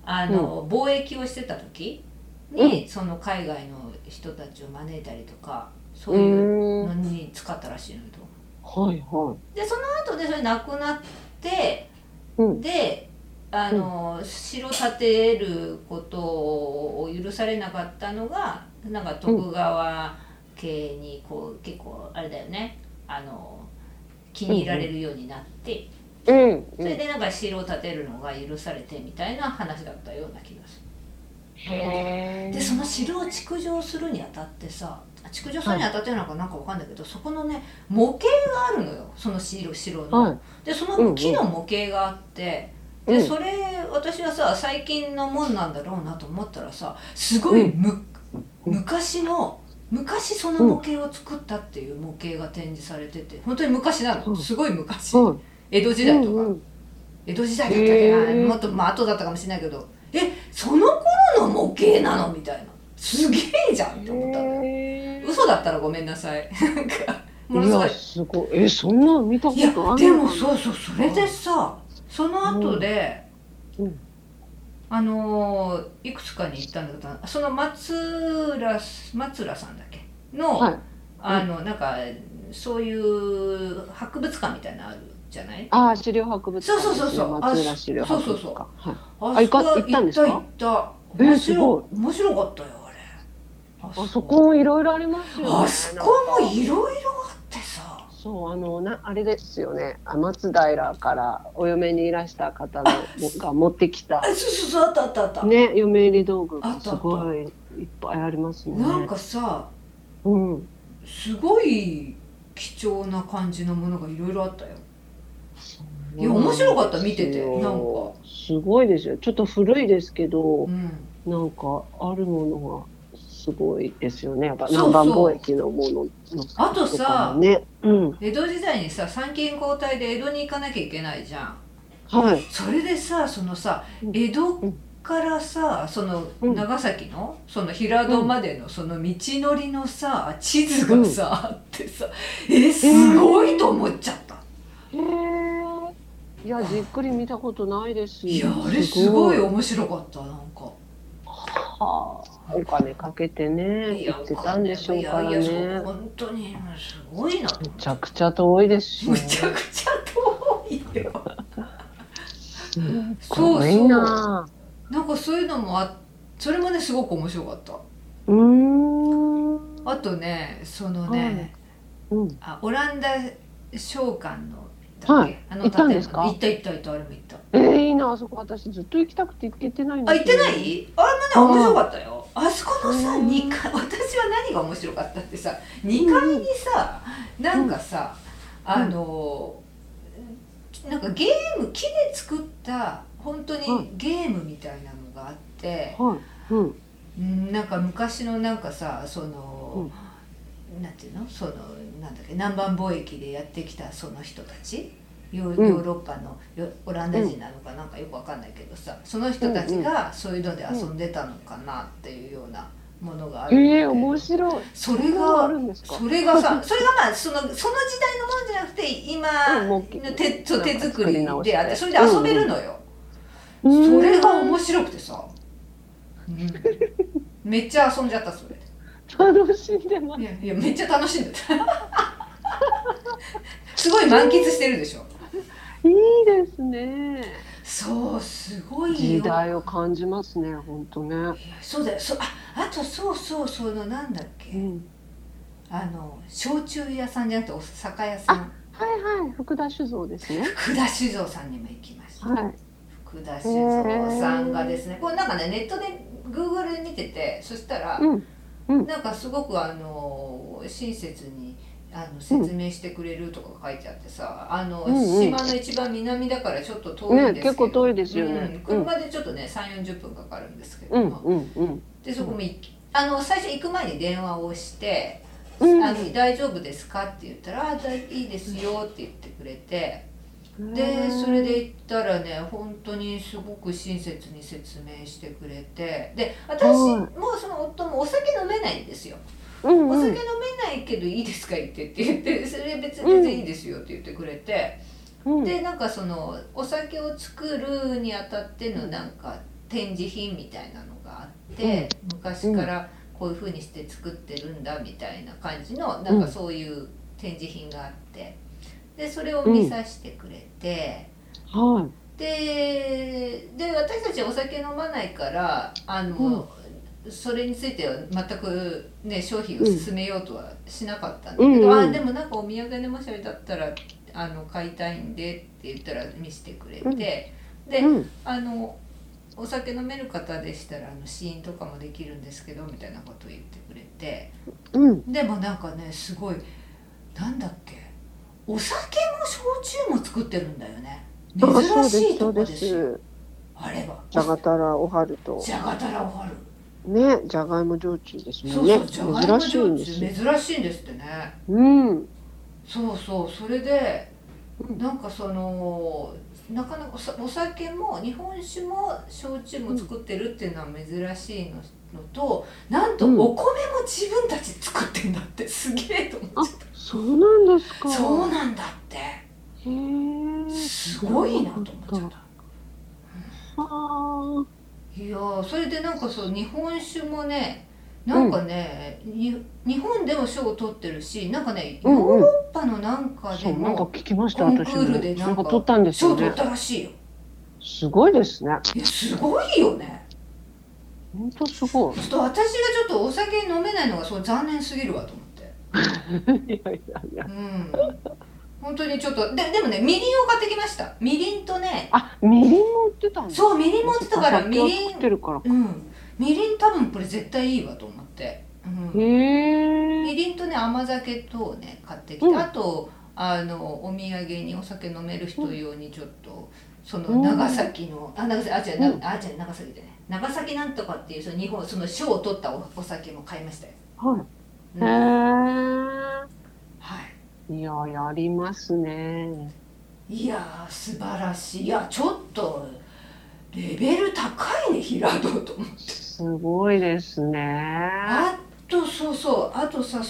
Speaker 2: 貿易をしてた時に、その海外の人たちを招いたりとかそういうのに使ったらしいのと。
Speaker 3: はいはい。
Speaker 2: でその後でそれなくなって、で城建てることを許されなかったのがなんか徳川家にこう結構あれだよね気に入られるようになって、それでなんか城を建てるのが許されてみたいな話だったような気がする。でその城を築城するにあたってさ築城するにあたってなんかわかんないけど、そこのね模型があるのよ、その城の。でその木の模型があって、でそれ私はさ最近のもんなんだろうなと思ったらさ、すごい昔その模型を作ったっていう模型が展示されてて、本当に昔なの、すごい昔、江戸時代とか、江戸時代だったっけな、もっと後だったかもしれないけど、その頃の模型なのみたいな、すげえじゃんって思ったんだよ。嘘だったらごめんなさい。なんかものすごい。いや
Speaker 3: すごい。そんなの見たことあるのかな。
Speaker 2: でもそうそれでさ、その後で、いくつかに行ったんだけど、その松浦さんだっけの、なんかそういう博物館みたいなのあるじゃない？
Speaker 3: 資料博物館。
Speaker 2: そう
Speaker 3: 松浦資料博物館。
Speaker 2: 行ったんですか？行った。面白かったよあれ。
Speaker 3: あそこもいろいろありますよね。
Speaker 2: あそこもいろいろあってさ。
Speaker 3: そうあれですよね。松平からお嫁にいらした方が持ってきた。
Speaker 2: そうあった
Speaker 3: ね、嫁入り道具がすごいいっぱいありますね。
Speaker 2: なんかさ、すごい貴重な感じのものがいろいろあったよ。いや面白かった見てて、なんか
Speaker 3: すごいですよ。ちょっと古いですけど、なんかあるものがすごいですよね。やっぱ南蛮貿易のものの。
Speaker 2: あとさ、江戸時代にさ参勤交代で江戸に行かなきゃいけないじゃん。それでさそのさ江戸からさその長崎のその平戸までのその道のりのさ地図がさあってさ、すごいと思っちゃった。
Speaker 3: いやじっくり見たことないです。
Speaker 2: いやあれすごい面白かった。なんか
Speaker 3: お金かけてね行ってたんでしょうからね。
Speaker 2: 本当にすごいな。
Speaker 3: めちゃくちゃ遠いですし、
Speaker 2: むちゃくちゃ遠いよ。
Speaker 3: そういな。
Speaker 2: なんかそういうのもそれもねすごく面白かった。あとねそのね、オランダ商館の
Speaker 3: 行ったんですか？
Speaker 2: 行ったあれも行った。
Speaker 3: いいなあそこ。私ずっと行きたくて行けてないんですよ。
Speaker 2: 行ってない？あれもね面白かったよ。あそこのさ2階、私は何が面白かったってさ2階にさなんかさなんか木で作った本当にゲームみたいなのがあって、なんか昔のなんかさその、なんていうのそのなんだっけ南蛮貿易でやってきたその人たちヨーロッパのオランダ人なのかなんかよくわかんないけどさその人たちがそういうので遊んでたのかなっていうようなものがあるんだけど、
Speaker 3: 面白い。
Speaker 2: それがまあその時代のものじゃなくて今の手作りであってそれで遊べるのよ。それが面白くてさ、めっちゃ遊んじゃった。それ
Speaker 3: 楽しんでます。
Speaker 2: いやめっちゃ楽しんでた。すごい満喫してるでしょ。
Speaker 3: いいですね。
Speaker 2: そうすごいよ。
Speaker 3: 時代を感じますね本当ね。
Speaker 2: そうだよ。あとそのなんだっけ、焼酎屋さんじゃなくてお酒屋さん。
Speaker 3: 福田酒造ですね。
Speaker 2: 福田酒造さんにも行きました。福田酒造さんがですね、これなんかねネットで Google で見てて、そしたら、なんかすごく親切に説明してくれるとか書いてあってさ、島の一番南だからちょっと遠いんですけど、
Speaker 3: 結構遠いですよね。
Speaker 2: 車でちょっとね 3,40 分かかるんですけども、でそこも最初行く前に電話をして「大丈夫ですか?」って言ったら「いいですよ」って言ってくれて。でそれで行ったらね本当にすごく親切に説明してくれて、で私もその夫もお酒飲めないんですよ。お酒飲めないけどいいですかって言ってそれ別に全然いいですよって言ってくれて、でなんかそのお酒を作るにあたってのなんか展示品みたいなのがあって、昔からこういう風にして作ってるんだみたいな感じのなんかそういう展示品があって、でそれを見させてくれて、で私たちはお酒飲まないからそれについては全くね商品を勧めようとはしなかったんだけど、でもなんかお土産でもしあれだったら買いたいんでって言ったら見せてくれて、でお酒飲める方でしたら試飲とかもできるんですけどみたいなことを言ってくれて、でもなんかねすごいなんだっけ、お酒も焼酎も作ってるんだよね。珍しいとこですよ。あれは
Speaker 3: じゃがたらおはると
Speaker 2: じゃがたらおはる
Speaker 3: ね、じゃがいも焼酎ですもんね。珍しいんです。
Speaker 2: 珍しいんですってね。そうそう、それでなんかなかなかお酒も日本酒も焼酎も作ってるっていうのは珍しいのと、なんとお米も自分たち作ってんだって、すげえと思っちゃった。
Speaker 3: そうなんですか。
Speaker 2: そうなんだって。すごいなと思っちゃった。いやそれでなんか日本酒もね、なんかね、日本でも賞を取ってるし、なんかねヨーロッパのなんかでもコンクールでなんか
Speaker 3: 取ったんですよね。
Speaker 2: 賞取ったらしいよ。
Speaker 3: すごいですね。
Speaker 2: いやすごいよね。
Speaker 3: 本当すごい。
Speaker 2: 私がちょっとお酒飲めないのが残念すぎるわと思って。いや本当にちょっとでもね、みりんを買ってきました。みりんとね、
Speaker 3: みりんも売ってたんですか。
Speaker 2: そう、みりんも売ってたからみりんみりん多分これ絶対いいわと思って、みりんとね甘酒とね買ってきて、あとお土産にお酒飲める人用にちょっと長崎の長崎じゃない長崎なんとかっていう日本賞を取ったお酒も買いましたよ。
Speaker 3: いややりますね。
Speaker 2: いや素晴らしい。いやちょっとレベル高いね平戸と思って。
Speaker 3: すごいですね。
Speaker 2: あとあとさ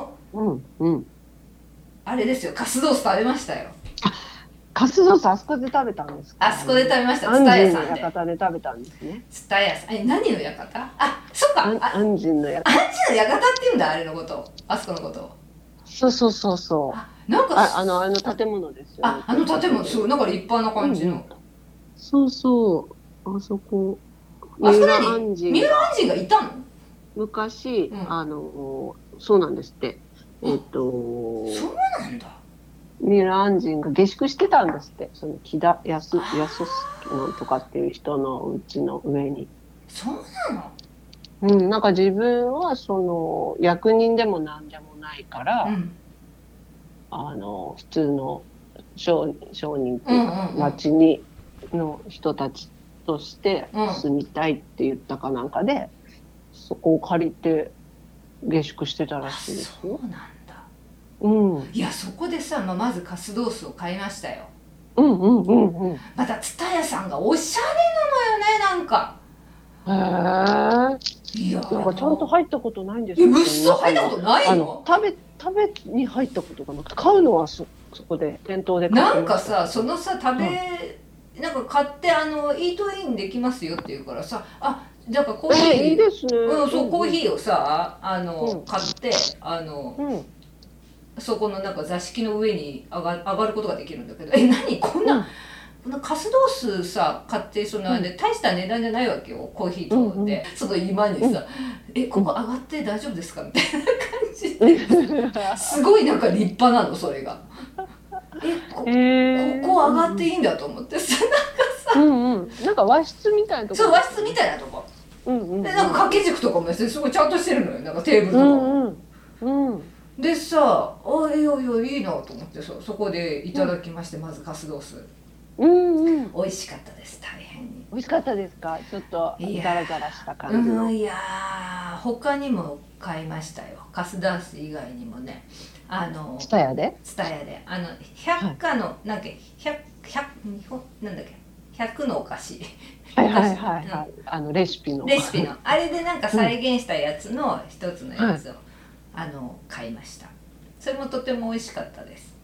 Speaker 2: あれですよ、カスドース食べましたよ。
Speaker 3: カスドースあそこで食べたんですか。
Speaker 2: あそこで食べました。蔦屋さんで。
Speaker 3: アンジンの館で食べたんですね。
Speaker 2: 蔦屋さん。何の館？そっか。
Speaker 3: アンジンの館。
Speaker 2: アンジンの館って言うんだ、あれのこと。あそこのこと。
Speaker 3: そう。なんかあの建物ですよね。
Speaker 2: あの建物すごいなんか立派な感じの。
Speaker 3: そうあそこ。
Speaker 2: 三浦安人がいたの？
Speaker 3: 昔そうなんですって。
Speaker 2: そうなんだ。
Speaker 3: 三浦安人が下宿してたんですって。木田康なんとかっていう人の家の上に。
Speaker 2: そうなの？
Speaker 3: なんか自分は役人でもなんでもないから、普通の商人っていうか町の人たちとして住みたいって言ったかなんかで、そこを借りて下宿してたらしいですよ。
Speaker 2: そうなんだ。いやそこでさ、まずカスドースを買いましたよ。また蔦屋さんがおしゃれなのよね、なんか。
Speaker 3: いやなんかちゃんと入ったことないんですよ。
Speaker 2: 入ったことないの？
Speaker 3: 食べに入ったことがなくて、買うのはそこで店頭で買ってました。
Speaker 2: なんかさなんか買ってイートインできますよって言うからさ、だからコーヒー、
Speaker 3: いいですね。
Speaker 2: そうコーヒーをさ買ってそこのなんか座敷の上に上がることができるんだけど、何こんな、カスドースさ買って大した値段じゃないわけよ、コーヒーと思って、その今にさ、ここ上がって大丈夫ですかみたいな感じですごいなんか立派なのそれが。ここ上がっていいんだと思ってさ、
Speaker 3: なんかさ、なんか和室みたいなとこ。
Speaker 2: そう和室みたいなとこ。でなんか掛け軸とかもすごいちゃんとしてるのよ、なんかテーブルとか。でさ、いいなと思ってそこでいただきまして、まずカスドース。美味しかったです、大変に。
Speaker 3: 美味しかったですか？ちょっとザラザラした感じの。
Speaker 2: いや他にも買いましたよ、カスダース以外にもね。
Speaker 3: 蔦屋で
Speaker 2: 百花のなんかなんだっけ、100のお菓子。レシピのあれでなんか再現したやつの一つのやつを買いました。それもとても美味しかったです。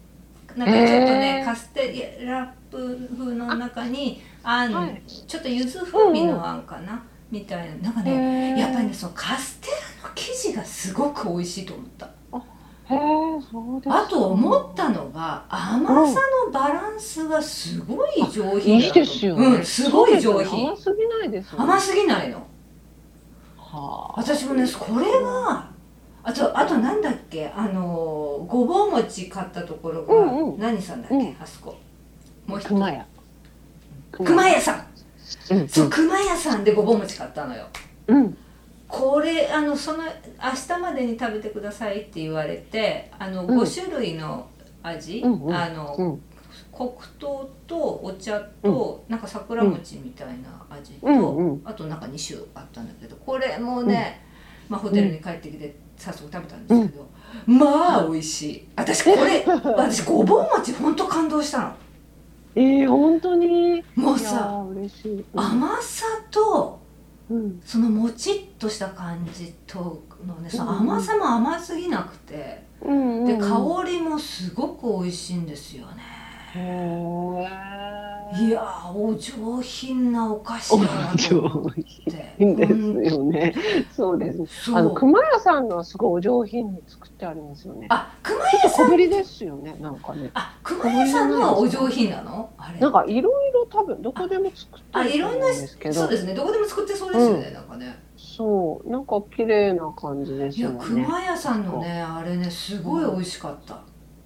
Speaker 2: なんかちょっとね、カステラ風の中にあん、はい、ちょっと柚子風味のあんかな、みたいな。なんかね、やっぱりね、そのカステラの生地がすごく美味しいと思った。
Speaker 3: そうです。
Speaker 2: あと思ったのが甘さのバランスがすごい上品だと。
Speaker 3: いいですよね。
Speaker 2: すごい上品。
Speaker 3: 甘すぎないですよね。
Speaker 2: 甘すぎないの。はあ、私もね、これがあとなんだっけ、ごぼう餅買ったところが、何さんだっけ、あそこ。もう一つ。熊屋さん。そう、熊屋さんでごぼう餅買ったのよ。これ明日までに食べてくださいって言われて、5種類の味、黒糖とお茶と、なんか桜餅みたいな味と、あとなんか2種あったんだけど、これもね、ホテルに帰ってきて早速食べたんですけど、まあ美味しい。私ごぼう餅ほんと感動したの。
Speaker 3: 本当に
Speaker 2: もうさ、甘さとそのもちっとした感じとのね、その甘さも甘すぎなくて、で香りもすごく美味しいんですよね。いやー、お上品なお菓子だなと思って。
Speaker 3: いいんですよね。そうです。熊屋さんのはすごいお上品に作ってありますよね。
Speaker 2: 熊屋さん。
Speaker 3: 小ぶりですよね、なんかね。
Speaker 2: 熊屋さんのはお上品なの？あれ。
Speaker 3: なんかいろいろ多分どこでも作ってると思うんですけど。
Speaker 2: そうですね。どこでも作ってそうですよね、なんかね。
Speaker 3: そう、なんか綺麗な感じですよね。
Speaker 2: いや、熊屋さんのね、あれね、すごい美味しかった。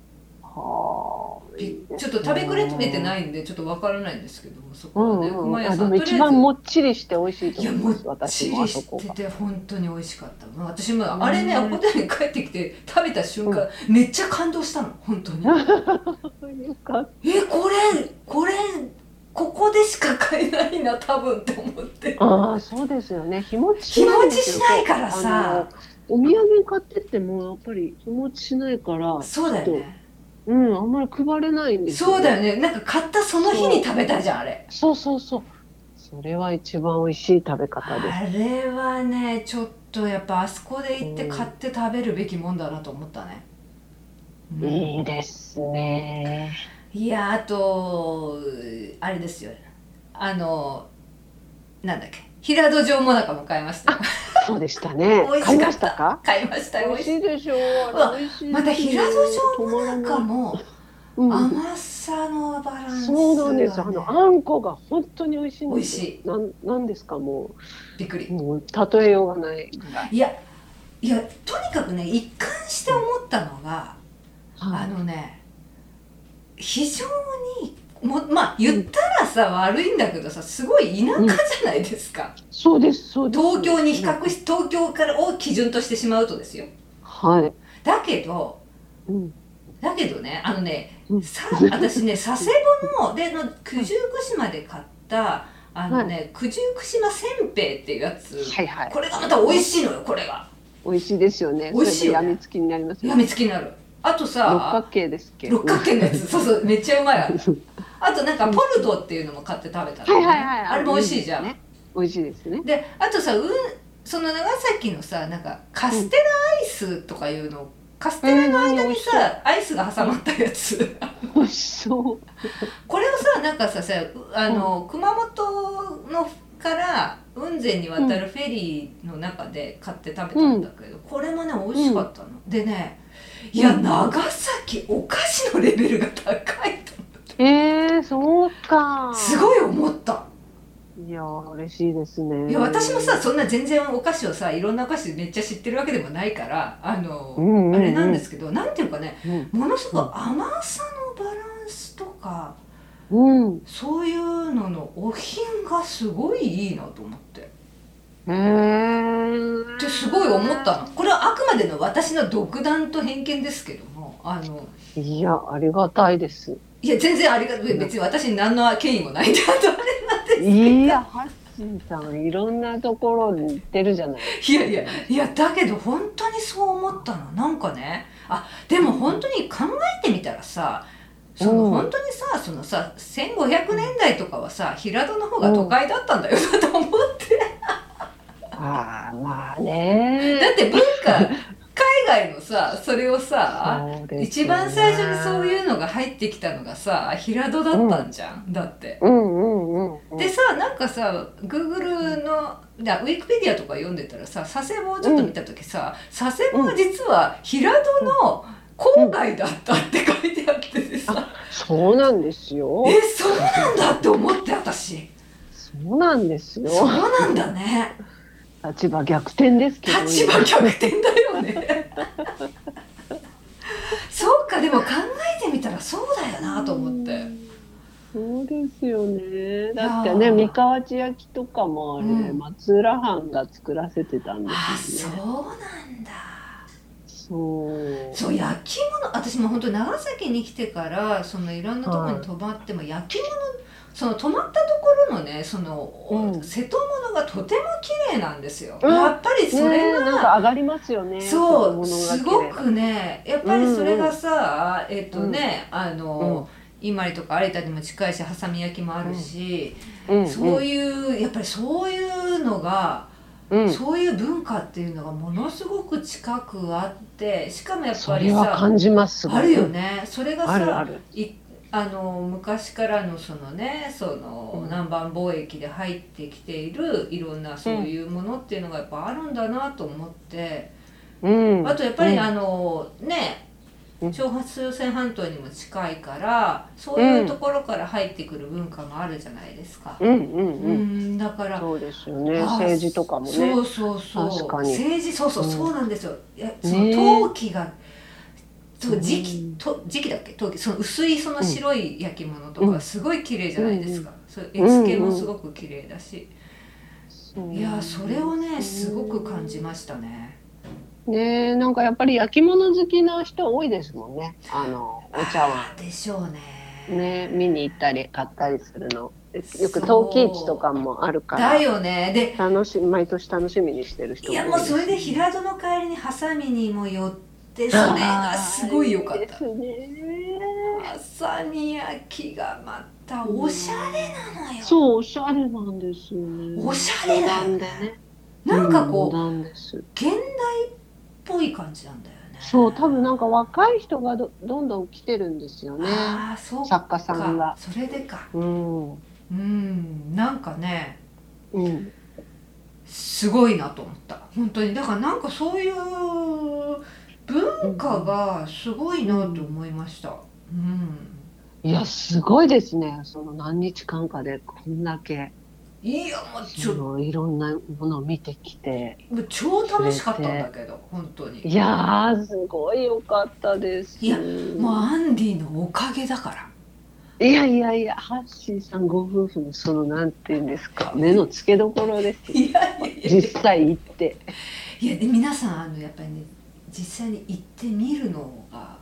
Speaker 2: ちょっと食べ比べてないんでちょっとわからないんですけど、そこはね、熊屋さん
Speaker 3: でも一番もっちりして美味しいと思います。
Speaker 2: いや、もっちりしてて本当に美味しかった。私もあれね、ホテルに帰ってきて食べた瞬間、めっちゃ感動したの、本当に。これここでしか買えないな多分って思って。
Speaker 3: そうですよね。日持ち
Speaker 2: しないからさ。
Speaker 3: お土産買ってってもやっぱり日持ちしないから。
Speaker 2: そうだよね。
Speaker 3: あんまり配れないんですよね。
Speaker 2: そうだよね。なんか買ったその日に食べたじゃん、あれ。
Speaker 3: そう。それは一番美味しい食べ方です。
Speaker 2: あれはね、ちょっとやっぱあそこで行って買って食べるべきもんだなと思ったね。
Speaker 3: いいですね。
Speaker 2: いや、あとあれですよ。なんだっけ、平戸城もなかも買いましたよ。
Speaker 3: そうでしたね。買いましたか？
Speaker 2: 買いました。
Speaker 3: 美味しいでしょう。
Speaker 2: また平戸城もなかも甘さのバランスがね。
Speaker 3: そうなんです。あんこが本当に美味しいんです。
Speaker 2: 美味し
Speaker 3: い。なんですか、もう
Speaker 2: びっくり。
Speaker 3: もう例えようがないぐらい。
Speaker 2: いやとにかくね、一貫して思ったのが、非常に言ったらさ、悪いんだけどさ、すごい田舎じゃないですか。
Speaker 3: そうです。
Speaker 2: 東京に比較し、東京からを基準としてしまうとですよ。だけどね、私ね、佐世保の九十九島で買った九十九島せんべいっていうやつ、これがまた美味しいのよ。これが
Speaker 3: 美味しいですよね。
Speaker 2: 美味しいよね。
Speaker 3: やみつきになりますよね。
Speaker 2: やみつきになる。あとさ、
Speaker 3: 六角形ですっけ。
Speaker 2: 六角形のやつ、そうめっちゃうまい。あとなんかポルトっていうのも買って食べたのね。あれも美味しいじゃん。
Speaker 3: 美味しいですね。
Speaker 2: で、あとさ、その長崎のさ、なんかカステラアイスとかいうの、カステラの間にさ、アイスが挟まったやつ。
Speaker 3: 美味しそう。
Speaker 2: これをさ、なんかさ、熊本のから雲仙に渡るフェリーの中で買って食べたんだけど、これもね美味しかったの。でね、いや、長崎お菓子のレベルが高いと思って。
Speaker 3: そうか。
Speaker 2: すごい思った。
Speaker 3: いや嬉しいですね。
Speaker 2: いや、私もさ、そんな全然お菓子をさ、いろんなお菓子めっちゃ知ってるわけでもないからあれなんですけど、なんていうかね、ものすごく甘さのバランスとか、そういうののお品がすごいいいなと思って。ってすごい思ったの。これはあくまでの私の独断と偏見ですけども、
Speaker 3: いや、ありがたいです。
Speaker 2: いや、全然ありがたい。別に私に何の権威もないんで、あれなんですけど。
Speaker 3: いや、ハッシーさんいろんなところに行ってるじゃない。
Speaker 2: いや、だけど本当にそう思ったの。なんかね、でも本当に考えてみたらさ、本当にさ、1500年代とかはさ、平戸の方が都会だったんだよなと思って。
Speaker 3: まあね。
Speaker 2: だって海外のさ、それをさ、一番最初にそういうのが入ってきたのがさ、平戸だったんじゃん、だって。でさ、なんかさ、Google のウィキペディアとか読んでたらさ、佐世保をちょっと見た時さ、佐世保は実は平戸の郊外だったって書いてあっててさ、
Speaker 3: そうなんですよ。
Speaker 2: そうなんだって思って、私。
Speaker 3: そうなんですよ。
Speaker 2: そうなんだね。
Speaker 3: 立場逆転ですけど。
Speaker 2: 立場逆転だよね。そうか、でも考えてみたらそうだよなと思って。
Speaker 3: そうですよね。だってね、三河内焼きとかもね、松浦藩が作らせてたんですよね。
Speaker 2: そうなんだ。
Speaker 3: そう
Speaker 2: 焼き物、私も本当長崎に来てからそのいろんなところに泊まっても、焼き物、その泊まったところのね、その、瀬戸物がとても綺麗なんですよ。やっぱりそれが、
Speaker 3: なんか上がりますよね。
Speaker 2: そう、すごくね、やっぱりそれがさ、伊万里とか有田にも近いし、はさみ焼きもあるし、そういうやっぱりそういうのが、そういう文化っていうのがものすごく近くあって、しかもやっぱりさ、
Speaker 3: 感じます。
Speaker 2: あるよね。それがさ、昔からのそのね、その南蛮貿易で入ってきているいろんなそういうものっていうのがやっぱあるんだなと思って、あとやっぱり朝鮮半島にも近いから、そういうところから入ってくる文化もあるじゃないですか。だから
Speaker 3: そうですよね。政治とかもね。
Speaker 2: そう
Speaker 3: 確かに
Speaker 2: 政治、そうなんですよ。その陶器が時期だっけ、陶器、その薄いその白い焼き物とかすごい綺麗じゃないですか。絵付けもすごく綺麗だし、いや、それをねすごく感じましたね。
Speaker 3: ね、なんかやっぱり焼き物好きな人多いですもんね。お茶碗
Speaker 2: でしょうね。
Speaker 3: ね、見に行ったり買ったりするの。よく陶器市とかもあるから。
Speaker 2: だよね。で、
Speaker 3: 毎年楽しみにしてる人も
Speaker 2: いる。いや、もうそれで平戸の帰りにハサミにも寄って、それがすごい良かった。ハサミ焼きがまたおしゃれなのよ。
Speaker 3: そう、おしゃれなんですよね。
Speaker 2: おしゃれなんだね。なんかこう、現代っぽい感じなんだよね。
Speaker 3: そう、多分なんか若い人がどんどん来てるんですよね。作家さんが。
Speaker 2: それでか。なんかね、すごいなと思った。本当に。だからなんかそういう文化がすごいなと思いました。
Speaker 3: いや、すごいですね。その何日間かでこんだけ。
Speaker 2: いや、もう
Speaker 3: いろんなものを見てきて、
Speaker 2: 超楽しかったんだけど、本当に。
Speaker 3: いやー、すごい良かったです。
Speaker 2: いや、もうアンディのおかげだから。
Speaker 3: いや、ハッシーさんご夫婦のそのなんていうんですか、目の付けどころですよ。実際行って。
Speaker 2: いや、で皆さんやっぱりね、実際に行ってみるのが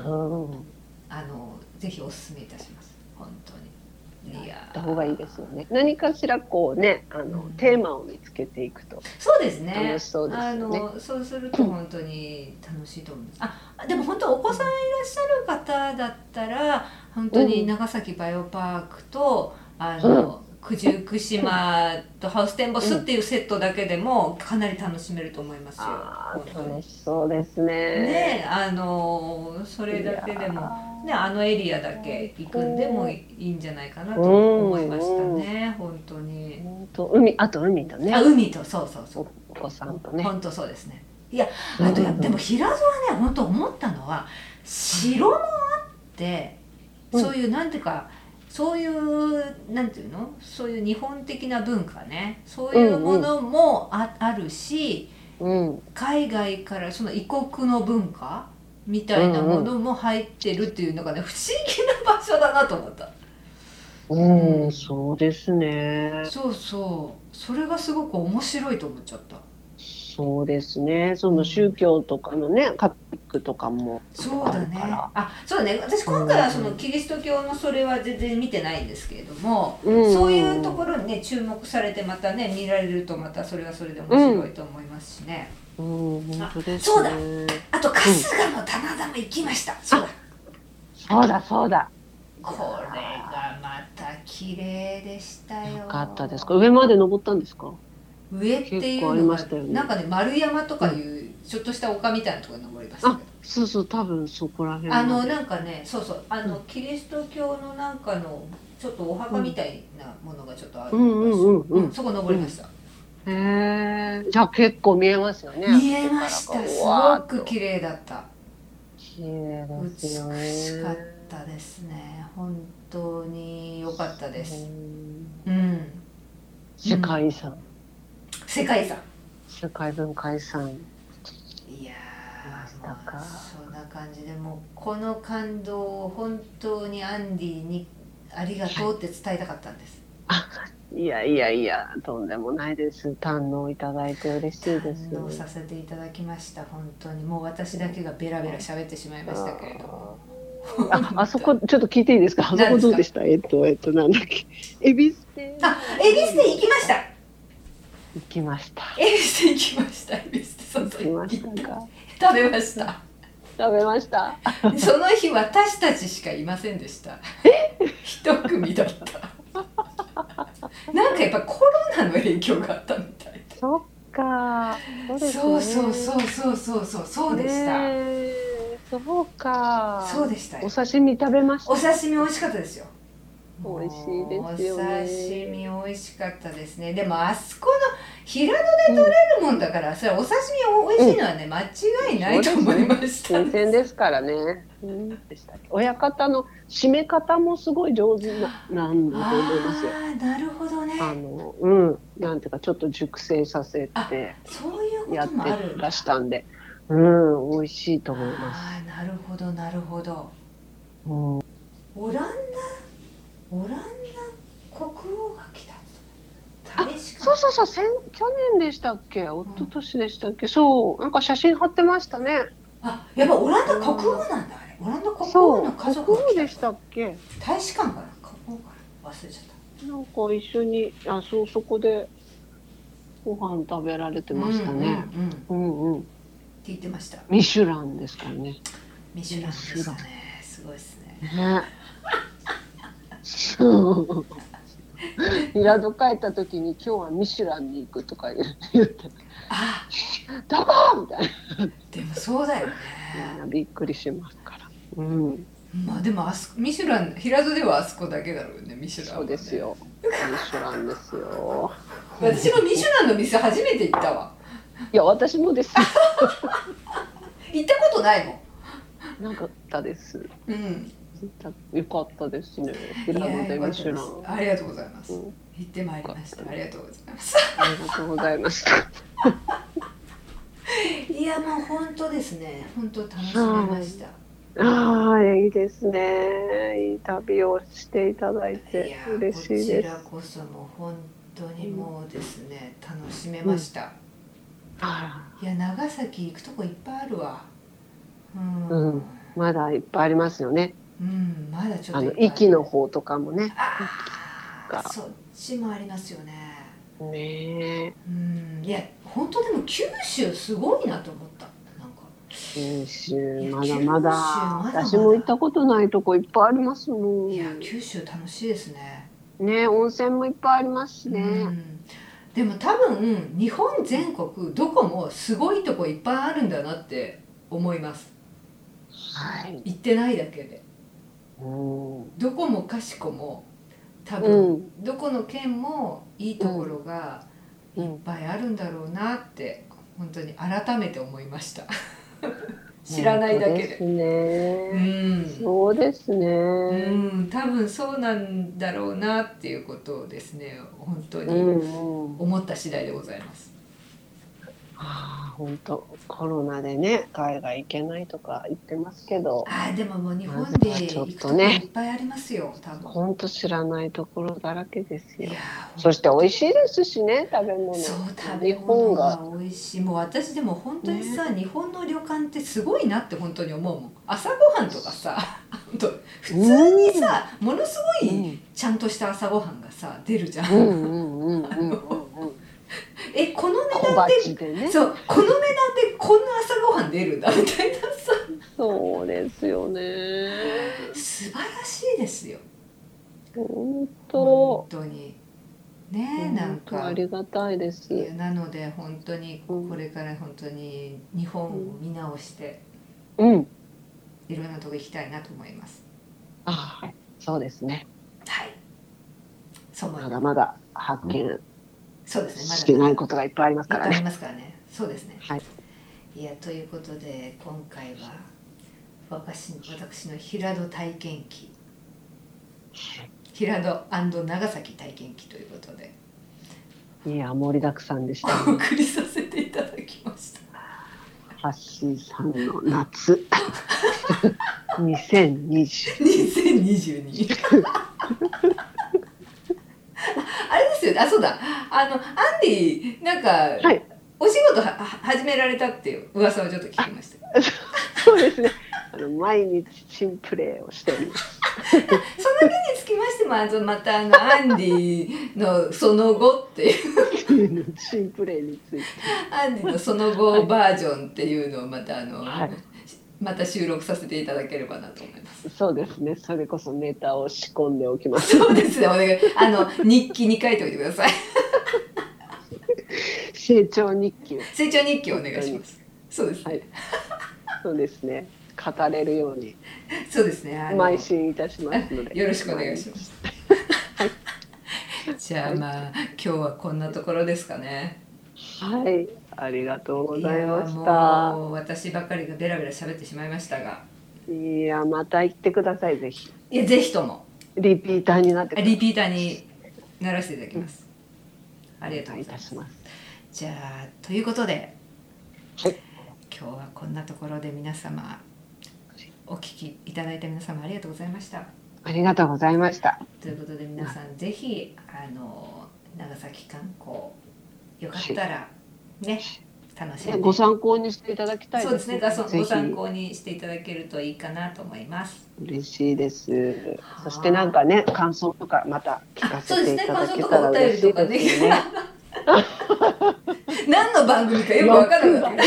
Speaker 2: ぜひお勧めいたします。本当に。
Speaker 3: いや、った方がいいですよね。何かしらこうね、テーマを見つけていくと。
Speaker 2: そうですね。
Speaker 3: 楽しそうですよね。
Speaker 2: そうすると本当に楽しいと思います。でも本当お子さんいらっしゃる方だったら、本当に長崎バイオパークと九十九島とハウステンボスっていうセットだけでもかなり楽しめると思いますよ。
Speaker 3: 楽しそうですね。
Speaker 2: ね、それだけでもね、エリアだけ行くんでもいいんじゃないかなと思いましたね。本当に。
Speaker 3: あと海とね。
Speaker 2: 海と、そう。
Speaker 3: お子さんとね。
Speaker 2: 本当そうですね。いや、あとでも平戸はね、本当思ったのは城もあって、そういうなんていうか。そういうなんていうの、そういう日本的な文化ね、そういうものもあるし、海外からその異国の文化みたいなものも入ってるっていうのがね、不思議な場所だなと思った。
Speaker 3: そうですね。
Speaker 2: そう、それがすごく面白いと思っちゃった。
Speaker 3: そうですね。その宗教とかのね、カトリックとかも
Speaker 2: そうだね。そうだね。私今回はそのキリスト教のそれは全然見てないんですけれども、そういうところにね注目されてまたね見られるとまたそれはそれで面白いと思いますしね。
Speaker 3: 本当ですね。
Speaker 2: そうだ。あと春日の棚田も行きました。
Speaker 3: そうだ。
Speaker 2: これがまた綺麗でしたよ。
Speaker 3: よかったですか。上まで登ったんですか。
Speaker 2: 上っていうのが、ね、なんかね丸山とかいうちょっとした丘みたいなところに登りましたけど、
Speaker 3: そうそう、多分そこら辺
Speaker 2: なんかね、そうそう、キリスト教のなんかのちょっとお墓みたいなものがちょっとあるそこ登りました。
Speaker 3: へえ、じゃあ結構見えますよね。
Speaker 2: 見えました。すごく綺麗だった。
Speaker 3: 綺麗ですよね。
Speaker 2: 美しかったですね。本当に良かったです。うん。
Speaker 3: 世界遺産。
Speaker 2: 世界遺産。
Speaker 3: 世界文化遺産。
Speaker 2: いやー、そんな感じでもうこの感動を本当にアンディにありがとうって伝えたかったんです。
Speaker 3: いやいやいや、とんでもないです。堪能いただいて嬉しいです。
Speaker 2: 堪能させていただきました。本当にもう私だけがベラベラ喋ってしまいましたけれども。
Speaker 3: あそこちょっと聞いていいですか。あそこどうでした。なんだっけ。恵比寿店。
Speaker 2: 恵比寿店行きました。
Speaker 3: 行きました。
Speaker 2: 恵比寿店行きました。恵比寿店
Speaker 3: 行きましたか。
Speaker 2: 食べました。
Speaker 3: 食べました。
Speaker 2: その日私たちしかいませんでした。一組だった。なんかやっぱコロナの影響があったみたいで。
Speaker 3: そっか。
Speaker 2: そうでした。
Speaker 3: そうか。
Speaker 2: そうでしたよ。
Speaker 3: お刺身食べました。
Speaker 2: お刺身美味しかったですよ。
Speaker 3: 美味しいですよね。
Speaker 2: お刺身美味しかったですね。でもあそこの平戸で取れるもんだから、それお刺身美味しいのはね、間違いないと思いました。
Speaker 3: 新鮮ですからね。でしたっけ。親方の締め方もすごい上手なんだと思いますよ。
Speaker 2: なるほどね。
Speaker 3: なんていうかちょっと熟成させて
Speaker 2: そういう
Speaker 3: やって
Speaker 2: こともある
Speaker 3: らしたんで、美味しいと思います。
Speaker 2: なるほどなるほど。オランダ国王が来た。
Speaker 3: そう去年でしたっけ、一昨年でしたっけ、そうなんか写真貼ってましたね。
Speaker 2: やっぱオランダ国王なんだあれ。オランダ国王の家族が来た。
Speaker 3: でしたっけ。
Speaker 2: 大使館かな、国王かな、忘れちゃった。
Speaker 3: なんか一緒にそこでご飯食べられてましたね。
Speaker 2: って言ってました。
Speaker 3: ミシュランですからね。
Speaker 2: ミシュランでしたね。すごいですね。
Speaker 3: 平戸帰った時に今日はミシュランに行くとか言ってどこみたいな。
Speaker 2: でもそうだよね。
Speaker 3: みんなびっくりしますから。
Speaker 2: まあでもミシュラン平戸ではあそこだけだろうね、ミシュランは、ね。
Speaker 3: そうですよ。ミシュランですよ。
Speaker 2: 私もミシュランの店初めて行ったわ。
Speaker 3: いや私もです。
Speaker 2: 行ったことないも
Speaker 3: ん。なかったです。よかったですね。平戸でミシュラン。
Speaker 2: ありがとうございます。行ってまいりました。ありがとうございます。
Speaker 3: ありがとうございました。
Speaker 2: いやもう本当ですね。本当楽しめました。
Speaker 3: いいですね。いい旅をしていただいて嬉しいです。
Speaker 2: こちらこそもう本当にもうですね、楽しめました。いや長崎行くとこいっぱいあるわ。ま
Speaker 3: だいっぱいありますよね。
Speaker 2: まだちょっと
Speaker 3: 壱岐の方とかもね。
Speaker 2: そっちもありますよね。
Speaker 3: ね
Speaker 2: え。いや本当でも九州すごいなと思った。なんか
Speaker 3: 九州まだ私も行ったことないとこいっぱいありますもん。
Speaker 2: いや九州楽しいですね。
Speaker 3: ね、温泉もいっぱいありますしね。
Speaker 2: でも多分日本全国どこもすごいとこいっぱいあるんだなって思います。行ってないだけで。どこもかしこも多分、どこの県もいいところがいっぱいあるんだろうなって本当に改めて思いました。知らないだけで。そうですね。多分そうなんだろうなっていうことをですね、本当に思った次第でございます。
Speaker 3: 本当コロナでね海外行けないとか言ってますけど、
Speaker 2: でももう日本で行くとこいっぱいありますよ。多分
Speaker 3: 本当知らないところだらけですよ。そして美味しいですしね、食べ物。
Speaker 2: そう食べ物が美味しい。もう私でも本当にさ、日本の旅館ってすごいなって本当に思うもん。朝ごはんとかさ、普通にさ、ものすごいちゃんとした朝ごはんがさ出るじゃん。この値段で、そうこの値段でこんな朝ごはん出るんだみたいなさ。
Speaker 3: そうですよね。
Speaker 2: 素晴らしいですよ。
Speaker 3: 本当に。
Speaker 2: ね、なんか
Speaker 3: ありがたいです。
Speaker 2: いや、なので本当にこれから本当に日本を見直して、いろんなとこ行きたいなと思います。
Speaker 3: はい、そうですね。
Speaker 2: はい。
Speaker 3: まだまだ発見、
Speaker 2: そうですね。まだ
Speaker 3: してないことがいっぱいありますからね。
Speaker 2: いっぱいありますからね。そうですね。
Speaker 3: はい。
Speaker 2: いや、ということで今回は私の平戸体験記、平戸&長崎体験記ということで、
Speaker 3: いや、盛りだくさんでした、
Speaker 2: お送りさせていただきました。
Speaker 3: ハッシーさんの夏
Speaker 2: 2022あれですよね。そうだ、アンディなんか、はい、お仕事始められたっていう噂をちょっと聞きました。
Speaker 3: そうですね。毎日新プレーをしております。
Speaker 2: その件につきましても、またアンディのその後っていう
Speaker 3: 新プレーについて
Speaker 2: アンディのその後バージョンっていうのをまたまた収録させていただければなと思います。
Speaker 3: そうですね。それこそネタを仕込んでおきます。
Speaker 2: そうですね。お願い。日記に書いておいてください。
Speaker 3: 成長日記。
Speaker 2: 成長日記をお願いします。そうです。
Speaker 3: はい。そうですね。語れるように。
Speaker 2: そうですね。
Speaker 3: 邁進いたしますので。
Speaker 2: よろしくお願いします。はい。じゃあ今日はこんなところですかね。
Speaker 3: はい。ありがとうございました。
Speaker 2: もう私ばかりがベラベラ喋ってしまいましたが。
Speaker 3: いや、また行ってください、ぜひ。
Speaker 2: いや、ぜひとも。
Speaker 3: リピーターになってください。
Speaker 2: リピーターにならせていただきます。ありがとうございます。じゃあということで、はい、今日はこんなところで皆様お聞きいただいた皆様ありがとうございました。
Speaker 3: ありがとうございました。
Speaker 2: ということで皆さんぜひ長崎観光よかったらね、楽しんで
Speaker 3: ご参考にしていただきたいです。
Speaker 2: そうですね。ご参考にしていただけるといいかなと思います。
Speaker 3: 嬉しいです。そしてなんかね、感想とかまた聞かせていただけたら嬉しいですね。
Speaker 2: 何の番組かよくわからなかった。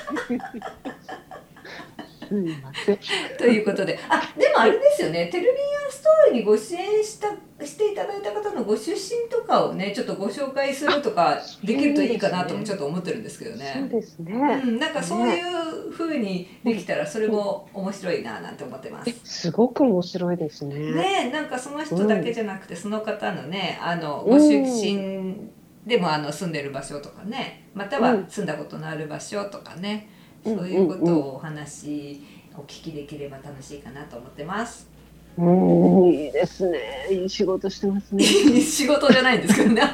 Speaker 3: すみません。
Speaker 2: ということで、でもあれですよね。テルビンアンストーリーにご支援していただいた方のご出身とかをね、ちょっとご紹介するとかできるといいかなともちょっと思ってるんですけどね。
Speaker 3: そうですね。
Speaker 2: なんかそういう風にできたらそれも面白いななんて思ってます。
Speaker 3: すごく面白いですね。
Speaker 2: ね、なんかその人だけじゃなくて、その方のね、ご出身でも住んでる場所とかね、または住んだことのある場所とかね、そういうことをお聞きできれば楽しいかなと思ってます。
Speaker 3: いいですね。いい仕事してますね。
Speaker 2: 仕事じゃないんですけどね。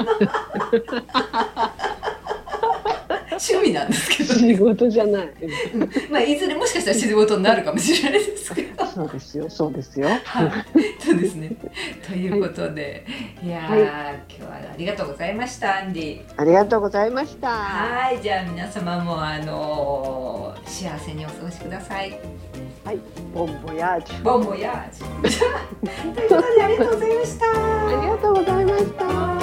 Speaker 2: 趣味なんですけど、
Speaker 3: 仕事じゃない。
Speaker 2: まあいずれもしかしたら仕事になるかもしれないですけど。
Speaker 3: そうですよ、そうですよ。
Speaker 2: そうですね。ということで、いや今日はありがとうございました、アンディ。
Speaker 3: ありがとうございました。
Speaker 2: はい、じゃあ皆様も幸せにお過ごしください。
Speaker 3: はい、ボンボヤージュ。
Speaker 2: ボンボヤージュ。ということでありがとうございました。
Speaker 3: ありがとうございました。